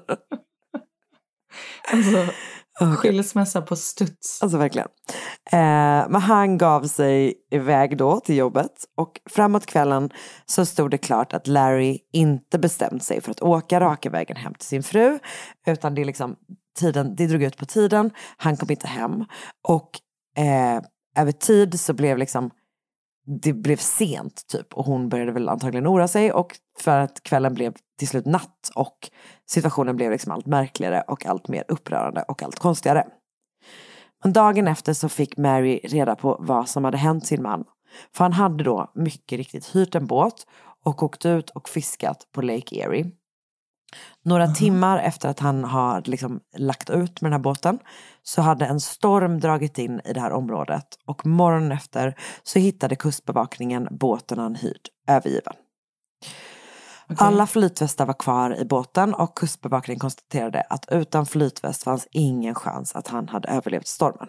Alltså, skilsmässa på studs. Alltså verkligen. Eh, men han gav sig iväg då till jobbet. Och framåt kvällen så stod det klart att Larry inte bestämt sig för att åka raka vägen hem till sin fru. Utan det, liksom, tiden, det drog ut på tiden. Han kom inte hem. Och eh, över tid så blev liksom det blev sent typ och hon började väl antagligen oroa sig och för att kvällen blev till slut natt och situationen blev liksom allt märkligare och allt mer upprörande och allt konstigare. Men dagen efter så fick Mary reda på vad som hade hänt sin man. För han hade då mycket riktigt hyrt en båt och åkt ut och fiskat på Lake Erie. Några uh-huh. timmar efter att han har liksom lagt ut med den här båten så hade en storm dragit in i det här området och morgonen efter så hittade kustbevakningen båten han hyrt övergiven. Okay. Alla flytvästar var kvar i båten och kustbevakningen konstaterade att utan flytväst fanns ingen chans att han hade överlevt stormen.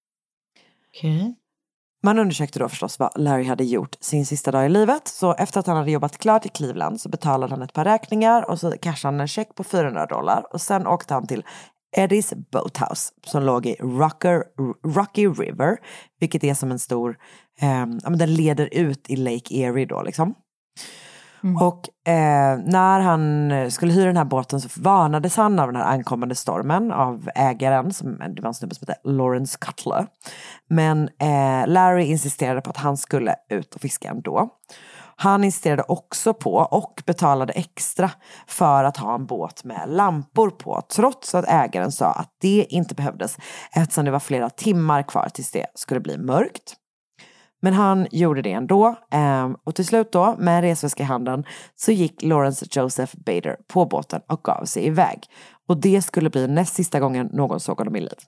Okej. Okay. Man undersökte då förstås vad Larry hade gjort sin sista dag i livet. Så efter att han hade jobbat klart i Cleveland så betalade han ett par räkningar och så cashade han en check på fyrahundra dollar. Och sen åkte han till Eddie's Boathouse som låg i Rocker, Rocky River. Vilket är som en stor, eh, ja men den leder ut i Lake Erie då liksom. Mm. Och eh, när han skulle hyra den här båten så varnades han av den här ankommande stormen av ägaren, som, det var en snubbe som hette Lawrence Cutler. Men eh, Larry insisterade på att han skulle ut och fiska ändå. Han insisterade också på och betalade extra för att ha en båt med lampor på, trots att ägaren sa att det inte behövdes eftersom det var flera timmar kvar tills det skulle bli mörkt. Men han gjorde det ändå. Och till slut då, med en resväska i handen, så gick Lawrence Joseph Bader på båten och gav sig iväg. Och det skulle bli näst sista gången någon såg honom i liv.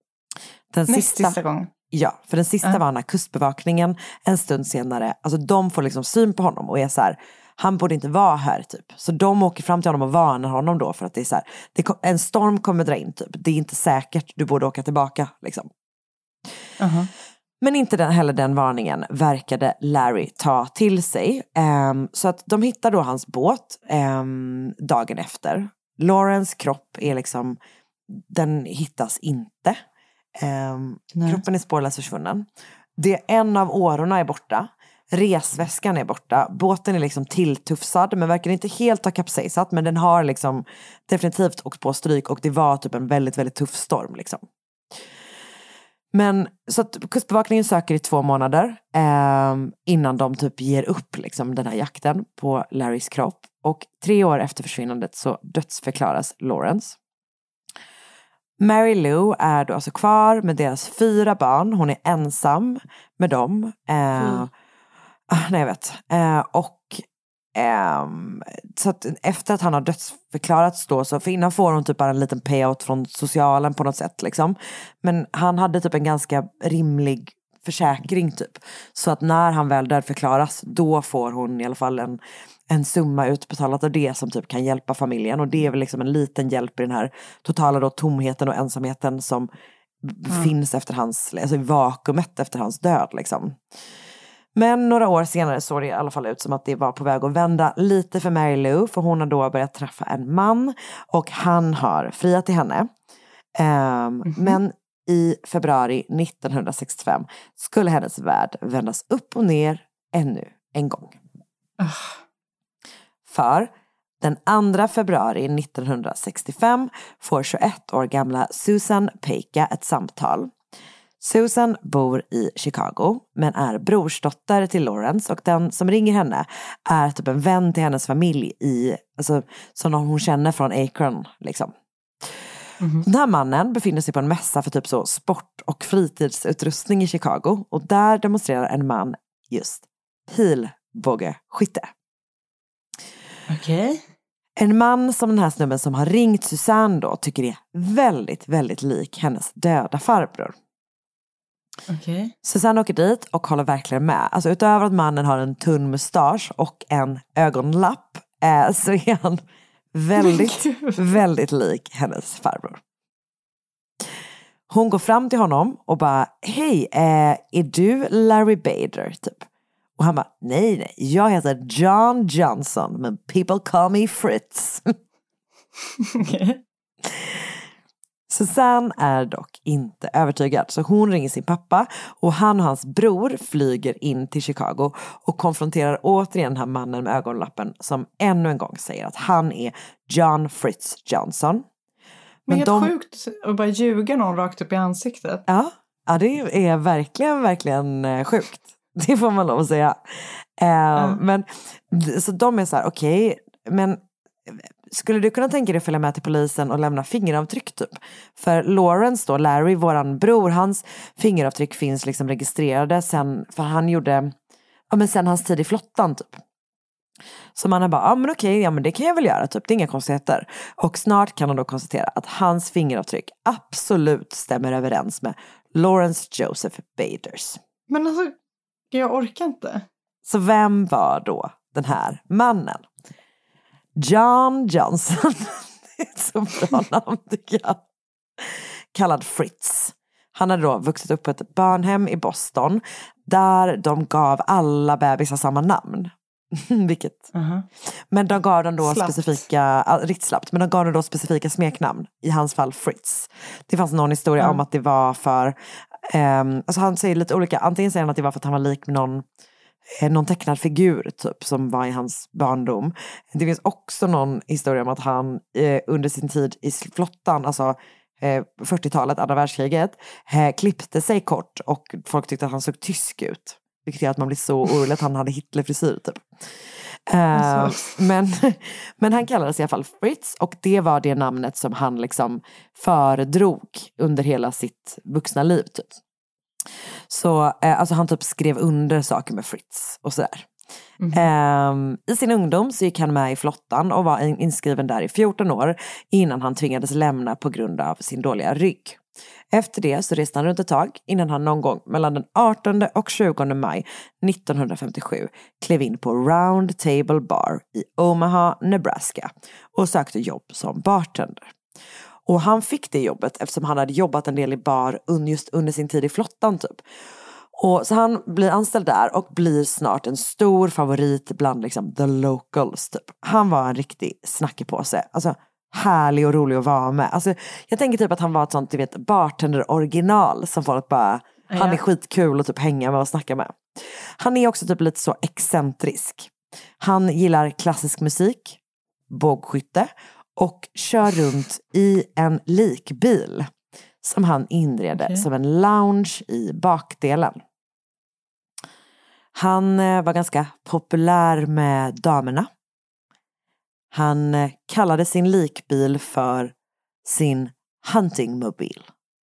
Den näst sista, sista gången? Ja, för den sista uh. var när kustbevakningen en stund senare, alltså de får liksom syn på honom och är så här, han borde inte vara här typ. Så de åker fram till honom och varnar honom då för att det är så här, det, en storm kommer dra in typ. Det är inte säkert, du borde åka tillbaka liksom. Uh-huh. Men inte den, heller den varningen verkade Larry ta till sig. Um, så att de hittar då hans båt um, dagen efter. Lawrence kropp är liksom, den hittas inte. Um, kroppen är spårlöst försvunnen. Det är en av årorna är borta. Resväskan är borta. Båten är liksom tilltufsad men verkar inte helt ha kapsejsat. Men den har liksom definitivt åkt på stryk och det var typ en väldigt, väldigt tuff storm liksom. Men så att kustbevakningen söker i två månader eh, innan de typ ger upp liksom, den här jakten på Larrys kropp. Och tre år efter försvinnandet så dödsförklaras Lawrence. Mary Lou är då alltså kvar med deras fyra barn. Hon är ensam med dem. Eh, mm. ah, nej jag vet. Eh, och eh, så att efter att han har dödsförklarats då, så för innan får hon typ bara en liten payout från socialen på något sätt liksom. Men han hade typ en ganska rimlig försäkring typ. Så att när han väl dödförklaras, då får hon i alla fall en en summa utbetalat av det som typ kan hjälpa familjen. Och det är väl liksom en liten hjälp i den här totala då tomheten och ensamheten som mm. finns efter hans, alltså i vakuumet efter hans död liksom. Men några år senare såg det i alla fall ut som att det var på väg att vända lite för Mary Lou, för hon har då börjat träffa en man och han har friat till henne. Um, mm-hmm. Men i februari nittonhundrasextiofem skulle hennes värld vändas upp och ner ännu en gång. Uh. För den andra februari nittonhundrasextiofem får tjugoett år gamla Susan Peika ett samtal. Susan bor i Chicago men är brorsdotter till Lawrence, och den som ringer henne är typ en vän till hennes familj i, alltså, som hon känner från Akron liksom. Mm-hmm. Den här mannen befinner sig på en mässa för typ så sport- och fritidsutrustning i Chicago, och där demonstrerar en man just pilbågeskytte. Okej. Okay. En man som den här snubben som har ringt Susanne då tycker är väldigt, väldigt lik hennes döda farbror. Okay. Susanne åker dit och håller verkligen med. Alltså utöver att mannen har en tunn mustasch och en ögonlapp eh, så är han väldigt, väldigt lik hennes farbror. Hon går fram till honom och bara, hej, eh, är du Larry Bader typ? Och han bara, nej, nej, jag heter John Johnson, men people call me Fritz. Okay. Susanne är dock inte övertygad, så hon ringer sin pappa och han och hans bror flyger in till Chicago och konfronterar återigen den här mannen med ögonlappen som ännu en gång säger att han är John Fritz Johnson. Men, men helt de... sjukt att bara ljuga någon rakt upp i ansiktet. Ja, ja det är verkligen, verkligen sjukt. Det får man lov att säga. Uh, mm. Men så de är så här, okej, okay, men skulle du kunna tänka dig att följa med till polisen och lämna fingeravtryck typ? För Lawrence då, Larry, våran bror, hans fingeravtryck finns liksom registrerade sen, för han gjorde, ja men sen hans tid i flottan typ. Så man har bara, ja men okej, ja men det kan jag väl göra typ, det är inga konstigheter. Och snart kan han då konstatera att hans fingeravtryck absolut stämmer överens med Lawrence Joseph Baders. Men alltså, jag orkar inte. Så vem var då den här mannen? John Johnson. Det är ett så bra namn tycker jag. Kallad Fritz. Han hade då vuxit upp på ett barnhem i Boston där de gav alla bebisar samma namn. Vilket. Uh-huh. Men de gav dem då slappt. specifika, äh, riktigt slappt, men de gav dem då specifika smeknamn. I hans fall Fritz. Det fanns någon historia uh-huh. om att det var för, um, alltså han säger lite olika, antingen säger han att det var för att han var lik med någon någon tecknad figur typ som var i hans barndom. Det finns också någon historia om att han eh, under sin tid i flottan, alltså eh, fyrtiotalet, andra världskriget, eh, klippte sig kort och folk tyckte att han såg tysk ut. Vilket gör att man blir så orolig att han hade Hitlerfrisyr typ. Eh, men, men han kallades i alla fall Fritz, och det var det namnet som han liksom föredrog under hela sitt vuxna liv typ. Så eh, alltså han typ skrev under saker med Fritz och sådär. Mm. Eh, I sin ungdom så gick han med i flottan och var inskriven där i fjorton år innan han tvingades lämna på grund av sin dåliga rygg. Efter det så reste han runt ett tag innan han någon gång mellan den artonde och tjugonde maj nittonhundrafemtiosju klev in på Round Table Bar i Omaha, Nebraska och sökte jobb som bartender. Och han fick det jobbet eftersom han hade jobbat en del i bar just under sin tid i flottan typ. Och så han blir anställd där och blir snart en stor favorit bland liksom the locals typ. Han var en riktig snackepåse. Alltså härlig och rolig att vara med. Alltså jag tänker typ att han var ett sånt, du vet, bartender original som folk bara, ja. Han är skitkul att typ hänga med och snacka med. Han är också typ lite så excentrisk. Han gillar klassisk musik, bågskytte och kör runt i en likbil som han inreder okay. som en lounge i bakdelen. Han var ganska populär med damerna. Han kallade sin likbil för sin huntingmobil.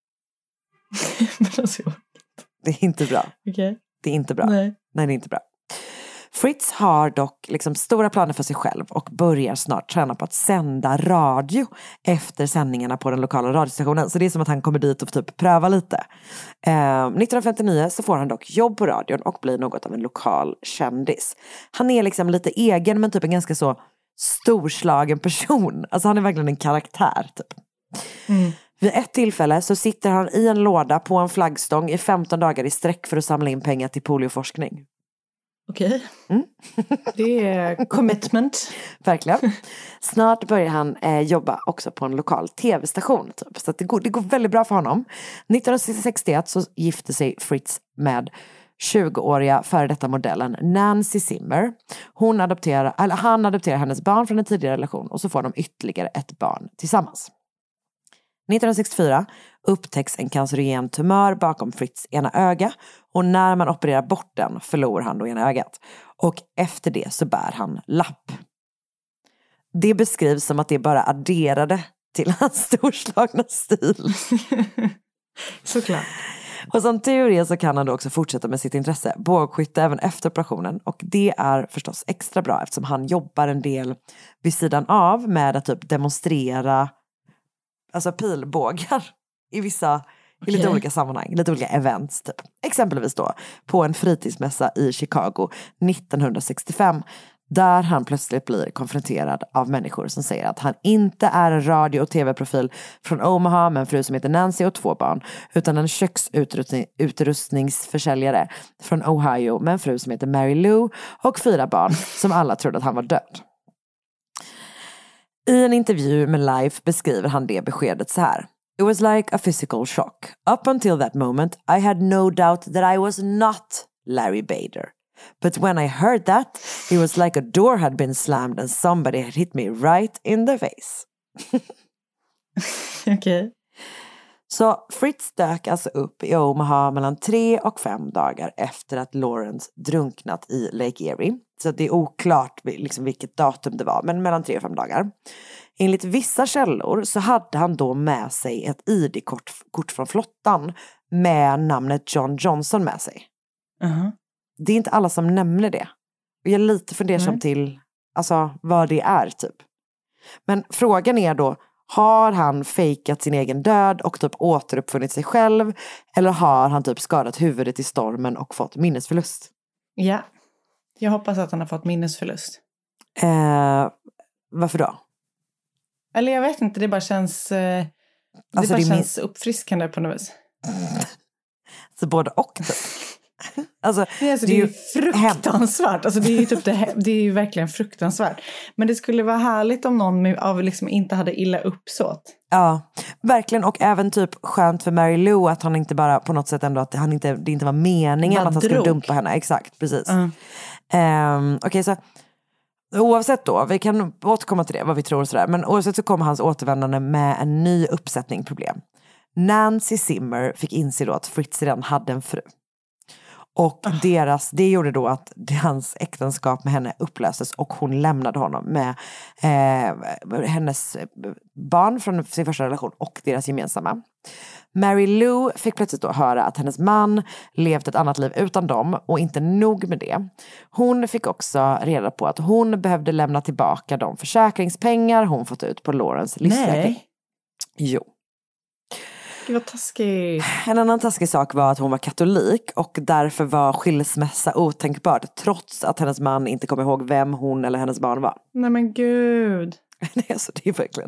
Det är inte bra. Okay. Det är inte bra. Nej. Nej, det är inte bra. Fritz har dock liksom stora planer för sig själv och börjar snart träna på att sända radio efter sändningarna på den lokala radiostationen. Så det är som att han kommer dit och typ pröva lite. Eh, nittonhundrafemtionio så får han dock jobb på radion och blir något av en lokal kändis. Han är liksom lite egen men typ en ganska så storslagen person. Alltså han är verkligen en karaktär typ. Mm. Vid ett tillfälle så sitter han i en låda på en flaggstång i femton dagar i sträck för att samla in pengar till polioforskning. Okej. Okay. Mm. Det är commitment. Verkligen. Snart börjar han eh, jobba också på en lokal tv-station. Typ. Så att det, går, det går väldigt bra för honom. nittonhundrasextioett så gifte sig Fritz med tjugoåriga före detta modellen Nancy Zimmer. Hon adopterar, eller han adopterar hennes barn från en tidigare relation och så får de ytterligare ett barn tillsammans. nittonhundrasextiofyra upptäcks en cancerogen tumör bakom Fritz ena öga och när man opererar bort den förlorar han då ena ögat. Och efter det så bär han lapp. Det beskrivs som att det bara adderade till hans storslagna stil. Såklart. Och som tur är så kan han då också fortsätta med sitt intresse, bågskytte även efter operationen. Och det är förstås extra bra eftersom han jobbar en del vid sidan av med att typ demonstrera alltså pilbågar i vissa, okay. i lite olika sammanhang, lite olika events typ. Exempelvis då på en fritidsmässa i Chicago nittonhundrasextiofem där han plötsligt blir konfronterad av människor som säger att han inte är en radio- och tv-profil från Omaha med en fru som heter Nancy och två barn utan en köksutrustningsförsäljare från Ohio med en fru som heter Mary Lou och fyra barn som alla trodde att han var död. I en intervju med Life beskriver han det beskedet så här. It was like a physical shock. Up until that moment I had no doubt that I was not Larry Bader. But when I heard that, it was like a door had been slammed and somebody had hit me right in the face. Okej. Okay. Så Fritz dök alltså upp i Omaha mellan tre och fem dagar efter att Lawrence drunknat i Lake Erie. Så det är oklart liksom vilket datum det var, men mellan tre och fem dagar. Enligt vissa källor så hade han då med sig ett I D-kort kort från flottan med namnet John Johnson med sig. Uh-huh. Det är inte alla som nämner det. Och jag är lite fundersam mm. till alltså, vad det är typ. Men frågan är då, har han fejkat sin egen död och typ återuppfunnit sig själv? Eller har han typ skadat huvudet i stormen och fått minnesförlust? Ja, jag hoppas att han har fått minnesförlust. Eh, varför då? Eller jag vet inte, det bara känns, eh, det alltså, bara det känns min... uppfriskande på något vis. Så både och typ. Alltså, det, är alltså, det är ju fruktansvärt. Alltså, det är ju typ det, det är ju verkligen fruktansvärt. Men det skulle vara härligt om någon av liksom inte hade illa uppsåt. Ja, verkligen. Och även typ skönt för Mary Lou att han inte bara på något sätt ändå att han inte, det inte var meningen var att han drog. Skulle dumpa henne. Exakt, precis. Uh. Um, Okej, okay, så oavsett då, vi kan återkomma till det, vad vi tror och sådär. Men oavsett så kommer hans återvändande med en ny uppsättning problem. Nancy Zimmer fick inse då att Fritz redan hade en fru. Och deras, det gjorde då att hans äktenskap med henne upplöstes och hon lämnade honom med eh, hennes barn från sin första relation och deras gemensamma. Mary Lou fick plötsligt då höra att hennes man levt ett annat liv utan dem och inte nog med det. Hon fick också reda på att hon behövde lämna tillbaka de försäkringspengar hon fått ut på Lawrence livsförsäkring. Jo. Gud vad taskigt. En annan taskig sak var att hon var katolik och därför var skilsmässa otänkbart trots att hennes man inte kom ihåg vem hon eller hennes barn var. Nej men gud. Nej, alltså det är verkligen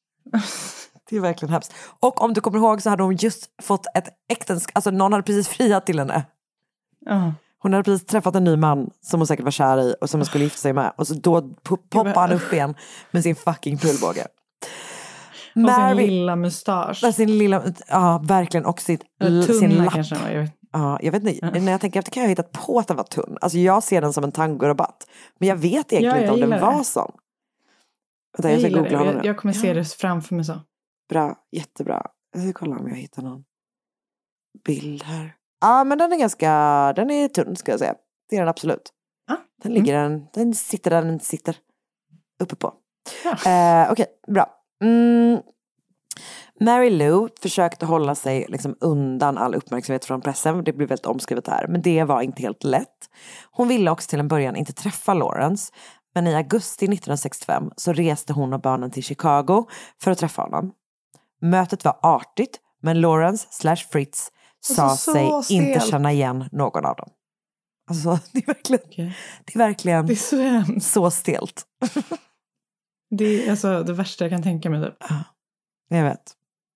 det är verkligen hemskt. Och om du kommer ihåg så hade hon just fått ett äktenskap, alltså någon hade precis friat till henne. Uh. Hon hade precis träffat en ny man som hon säkert var kär i och som hon skulle gifta sig med. Och så då poppade han upp igen med sin fucking pullbåge. Och Mary, sin lilla mustasch. Sin lilla, ja verkligen. Och sitt, tunna sin lapp. Kanske, jag vet. Ja, jag vet inte. Mm. När jag tänker efter kan jag ha hittat på att den var tunn. Alltså jag ser den som en tangorabatt. Men jag vet egentligen ja, jag inte om den det. var sån. Vänta, jag, jag, ska googla jag, jag kommer se det framför mig så. Bra, jättebra. Jag ska kolla om jag hittar någon bild här. Ja, men den är ganska, den är tunn ska jag säga. Det är den absolut. Ah. Den ligger mm. den, den sitter där den sitter uppe på. Ja. Eh, Okej, okay, bra. Mm. Mary Lou försökte hålla sig liksom undan all uppmärksamhet från pressen. Det blev väldigt omskrivet här. Men det var inte helt lätt. Hon ville också till en början inte träffa Lawrence. Men i augusti nittonhundrasextiofem så reste hon och barnen till Chicago för att träffa honom. Mötet var artigt. Men Lawrence slash Fritz sa alltså, sig stelt. Inte känna igen någon av dem. Alltså det är verkligen, okay. det är verkligen det är så, så stelt. Det är alltså det värsta jag kan tänka mig typ. Jag vet.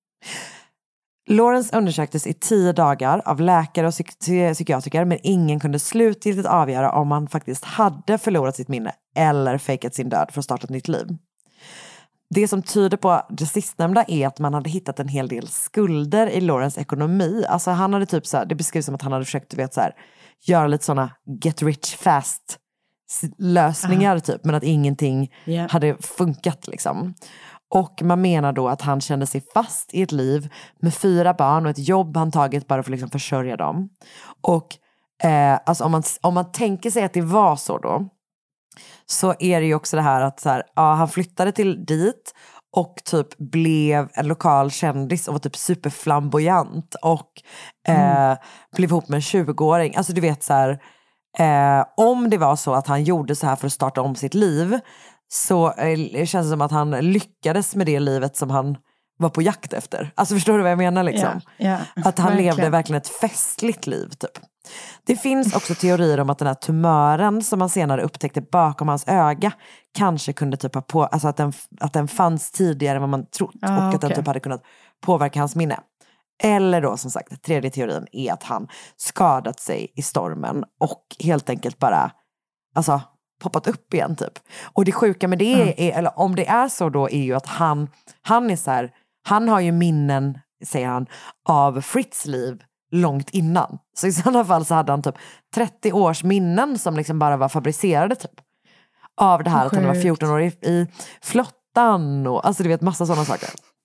Lawrence undersöktes i tio dagar av läkare och psyk- psykiatriker men ingen kunde slutgiltigt avgöra om han faktiskt hade förlorat sitt minne eller fejkat sin död för att starta ett nytt liv. Det som tyder på det sistnämnda är att man hade hittat en hel del skulder i Lawrence ekonomi. Alltså han hade typ så här, det beskrivs som att han hade försökt du vet så här, göra lite såna get rich fast lösningar uh-huh. typ, men att ingenting yeah. hade funkat liksom. Och man menar då att han kände sig fast i ett liv med fyra barn och ett jobb han tagit bara för att liksom försörja dem. Och eh, alltså om man, om man tänker sig att det var så då, så är det ju också det här att så här, ja, han flyttade till dit och typ blev en lokal kändis och var typ superflamboyant och eh, mm. blev ihop med en tjugoåring. Alltså du vet så här, eh, om det var så att han gjorde så här för att starta om sitt liv, så eh, känns det som att han lyckades med det livet som han var på jakt efter. Alltså förstår du vad jag menar liksom? Yeah, yeah. Att han Verkligen. levde verkligen ett festligt liv typ. Det finns också teorier om att den här tumören som man senare upptäckte bakom hans öga kanske kunde typ ha på, alltså att den, att den fanns tidigare än vad man trott ah, och att okay. den typ hade kunnat påverka hans minne. Eller då som sagt, tredje teorin är att han skadat sig i stormen och helt enkelt bara alltså poppat upp igen typ. Och det sjuka med det mm. är, eller om det är så då, är ju att han han är så här, han har ju minnen, säger han, av Fritz liv långt innan. Så i sådana fall så hade han typ trettio års minnen som liksom bara var fabricerade typ. Av det här att han var fjorton år i, i flottan och alltså du vet massa sådana saker.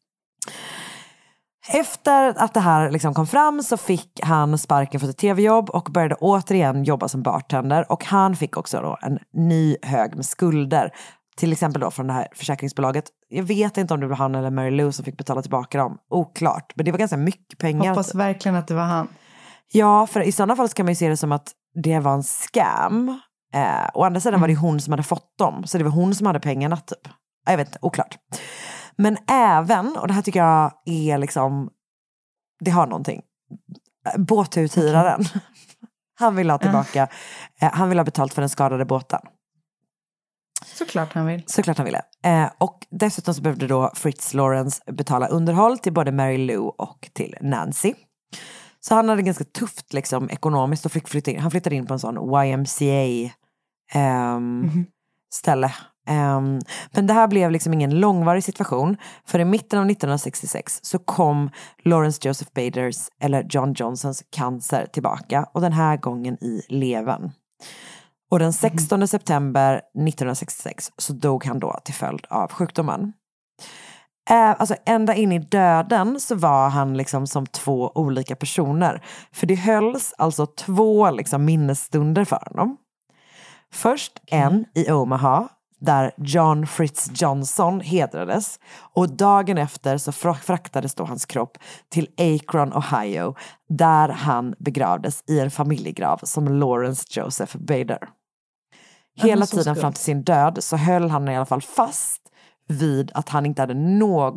Efter att det här liksom kom fram så fick han sparken för ett tv-jobb och började återigen jobba som bartender. Och han fick också då en ny hög med skulder. Till exempel då från det här försäkringsbolaget. Jag vet inte om det var han eller Mary Lou som fick betala tillbaka dem. Oklart. Men det var ganska mycket pengar. Hoppas verkligen att det var han. Ja, för i sådana fall så kan man ju se det som att det var en scam. Eh, och andra sidan mm. var det hon som hade fått dem. Så det var hon som hade pengarna typ. Jag vet inte, oklart. Men även, och det här tycker jag är liksom, det har någonting. Båtuthyraren. Okay. Han vill ha tillbaka, uh. han vill ha betalt för den skadade båten. Såklart han vill. Såklart han ville. Eh, och dessutom så behövde då Fritz Lawrence betala underhåll till både Mary Lou och till Nancy. Så han hade ganska tufft liksom ekonomiskt och fick flytta in. Han flyttade in på en sån Y M C A ehm, mm-hmm. ställe. Um, men det här blev liksom ingen långvarig situation. För i mitten av nittonhundrasextiosex så kom Lawrence Joseph Baders eller John Johnsons cancer tillbaka. Och den här gången i levern. Och den sextonde mm. september nittonhundrasextiosex så dog han då till följd av sjukdomen. Eh, alltså ända in i döden så var han liksom som två olika personer. För det hölls alltså två liksom minnesstunder för honom. Först en i Omaha där John Fritz Johnson hedrades. Och dagen efter så fraktades då hans kropp till Akron, Ohio. Där han begravdes i en familjegrav som Lawrence Joseph Bader. Hela tiden fram till sin död så höll han i alla fall fast vid att han inte hade något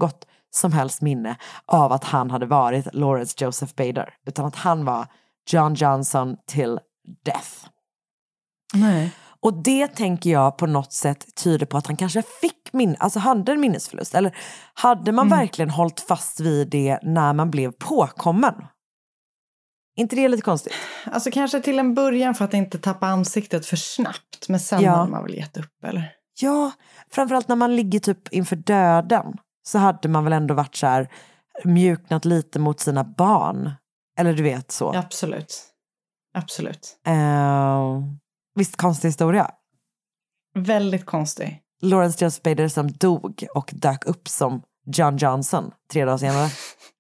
som helst minne av att han hade varit Lawrence Joseph Bader. Utan att han var John Johnson till death. Nej. Och det tänker jag på något sätt tyder på att han kanske fick min, alltså hade en minnesförlust. Eller hade man mm. verkligen hållit fast vid det när man blev påkommen? Inte det är lite konstigt? Alltså kanske till en början för att inte tappa ansiktet för snabbt. Men sen ja. hade man väl gett upp, eller? Ja, framförallt när man ligger typ inför döden. Så hade man väl ändå varit så här mjuknat lite mot sina barn. Eller du vet så. Absolut. Absolut. Uh, visst konstig historia? Väldigt konstig. Lawrence Joseph Bader som dog och dök upp som John Johnson tre dagar senare.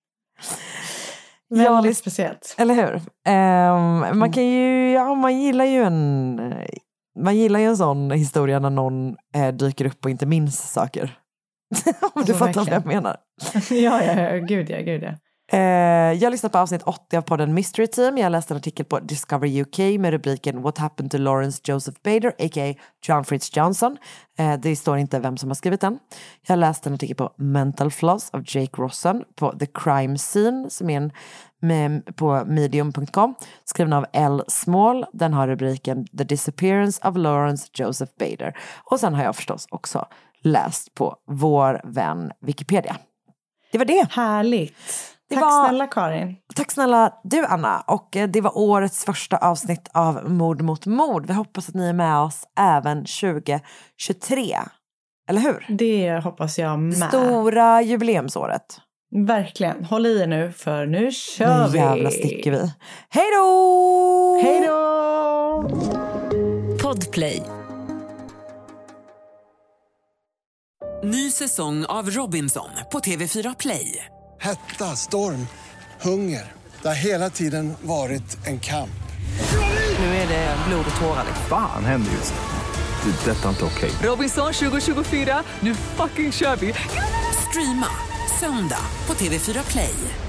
Väldigt ja, speciellt. Eller hur? Um, man kan ju, ja man gillar ju en man gillar ju en sån historia när någon eh, dyker upp och inte minns saker. Om alltså, du fattar vad jag menar. ja, ja, gud ja, gud ja. Uh, jag lyssnade på avsnitt åttio av podden Mystery Team. Jag läste en artikel på Discover U K med rubriken What happened to Lawrence Joseph Bader, a k a. John Fritz Johnson. Uh, det står inte vem som har skrivit den. Jag läste en artikel på Mental Floss av Jake Rosson på The Crime Scene som är en med, på medium punkt com skriven av L. Small. Den har rubriken The Disappearance of Lawrence Joseph Bader. Och sen har jag förstås också läst på vår vän Wikipedia. Det var det. Härligt. Det tack var, snälla Karin. Tack snälla du Anna. Och det var årets första avsnitt av Mord mot mord. Vi hoppas att ni är med oss även tjugo tjugotre. Eller hur? Det hoppas jag med. Stora jubileumsåret. Verkligen. Håll i er nu för nu kör nu vi. Nu jävla sticker vi. Hej då! Hej då! Podplay. Ny säsong av Robinson på T V fyra Play. Hetta, storm, hunger. Det har hela tiden varit en kamp. Nu är det blod och tårar. Fan händer just det. Det är detta inte okej. Robinson tjugo tjugofyra, nu fucking kör vi. Streama söndag på T V fyra Play.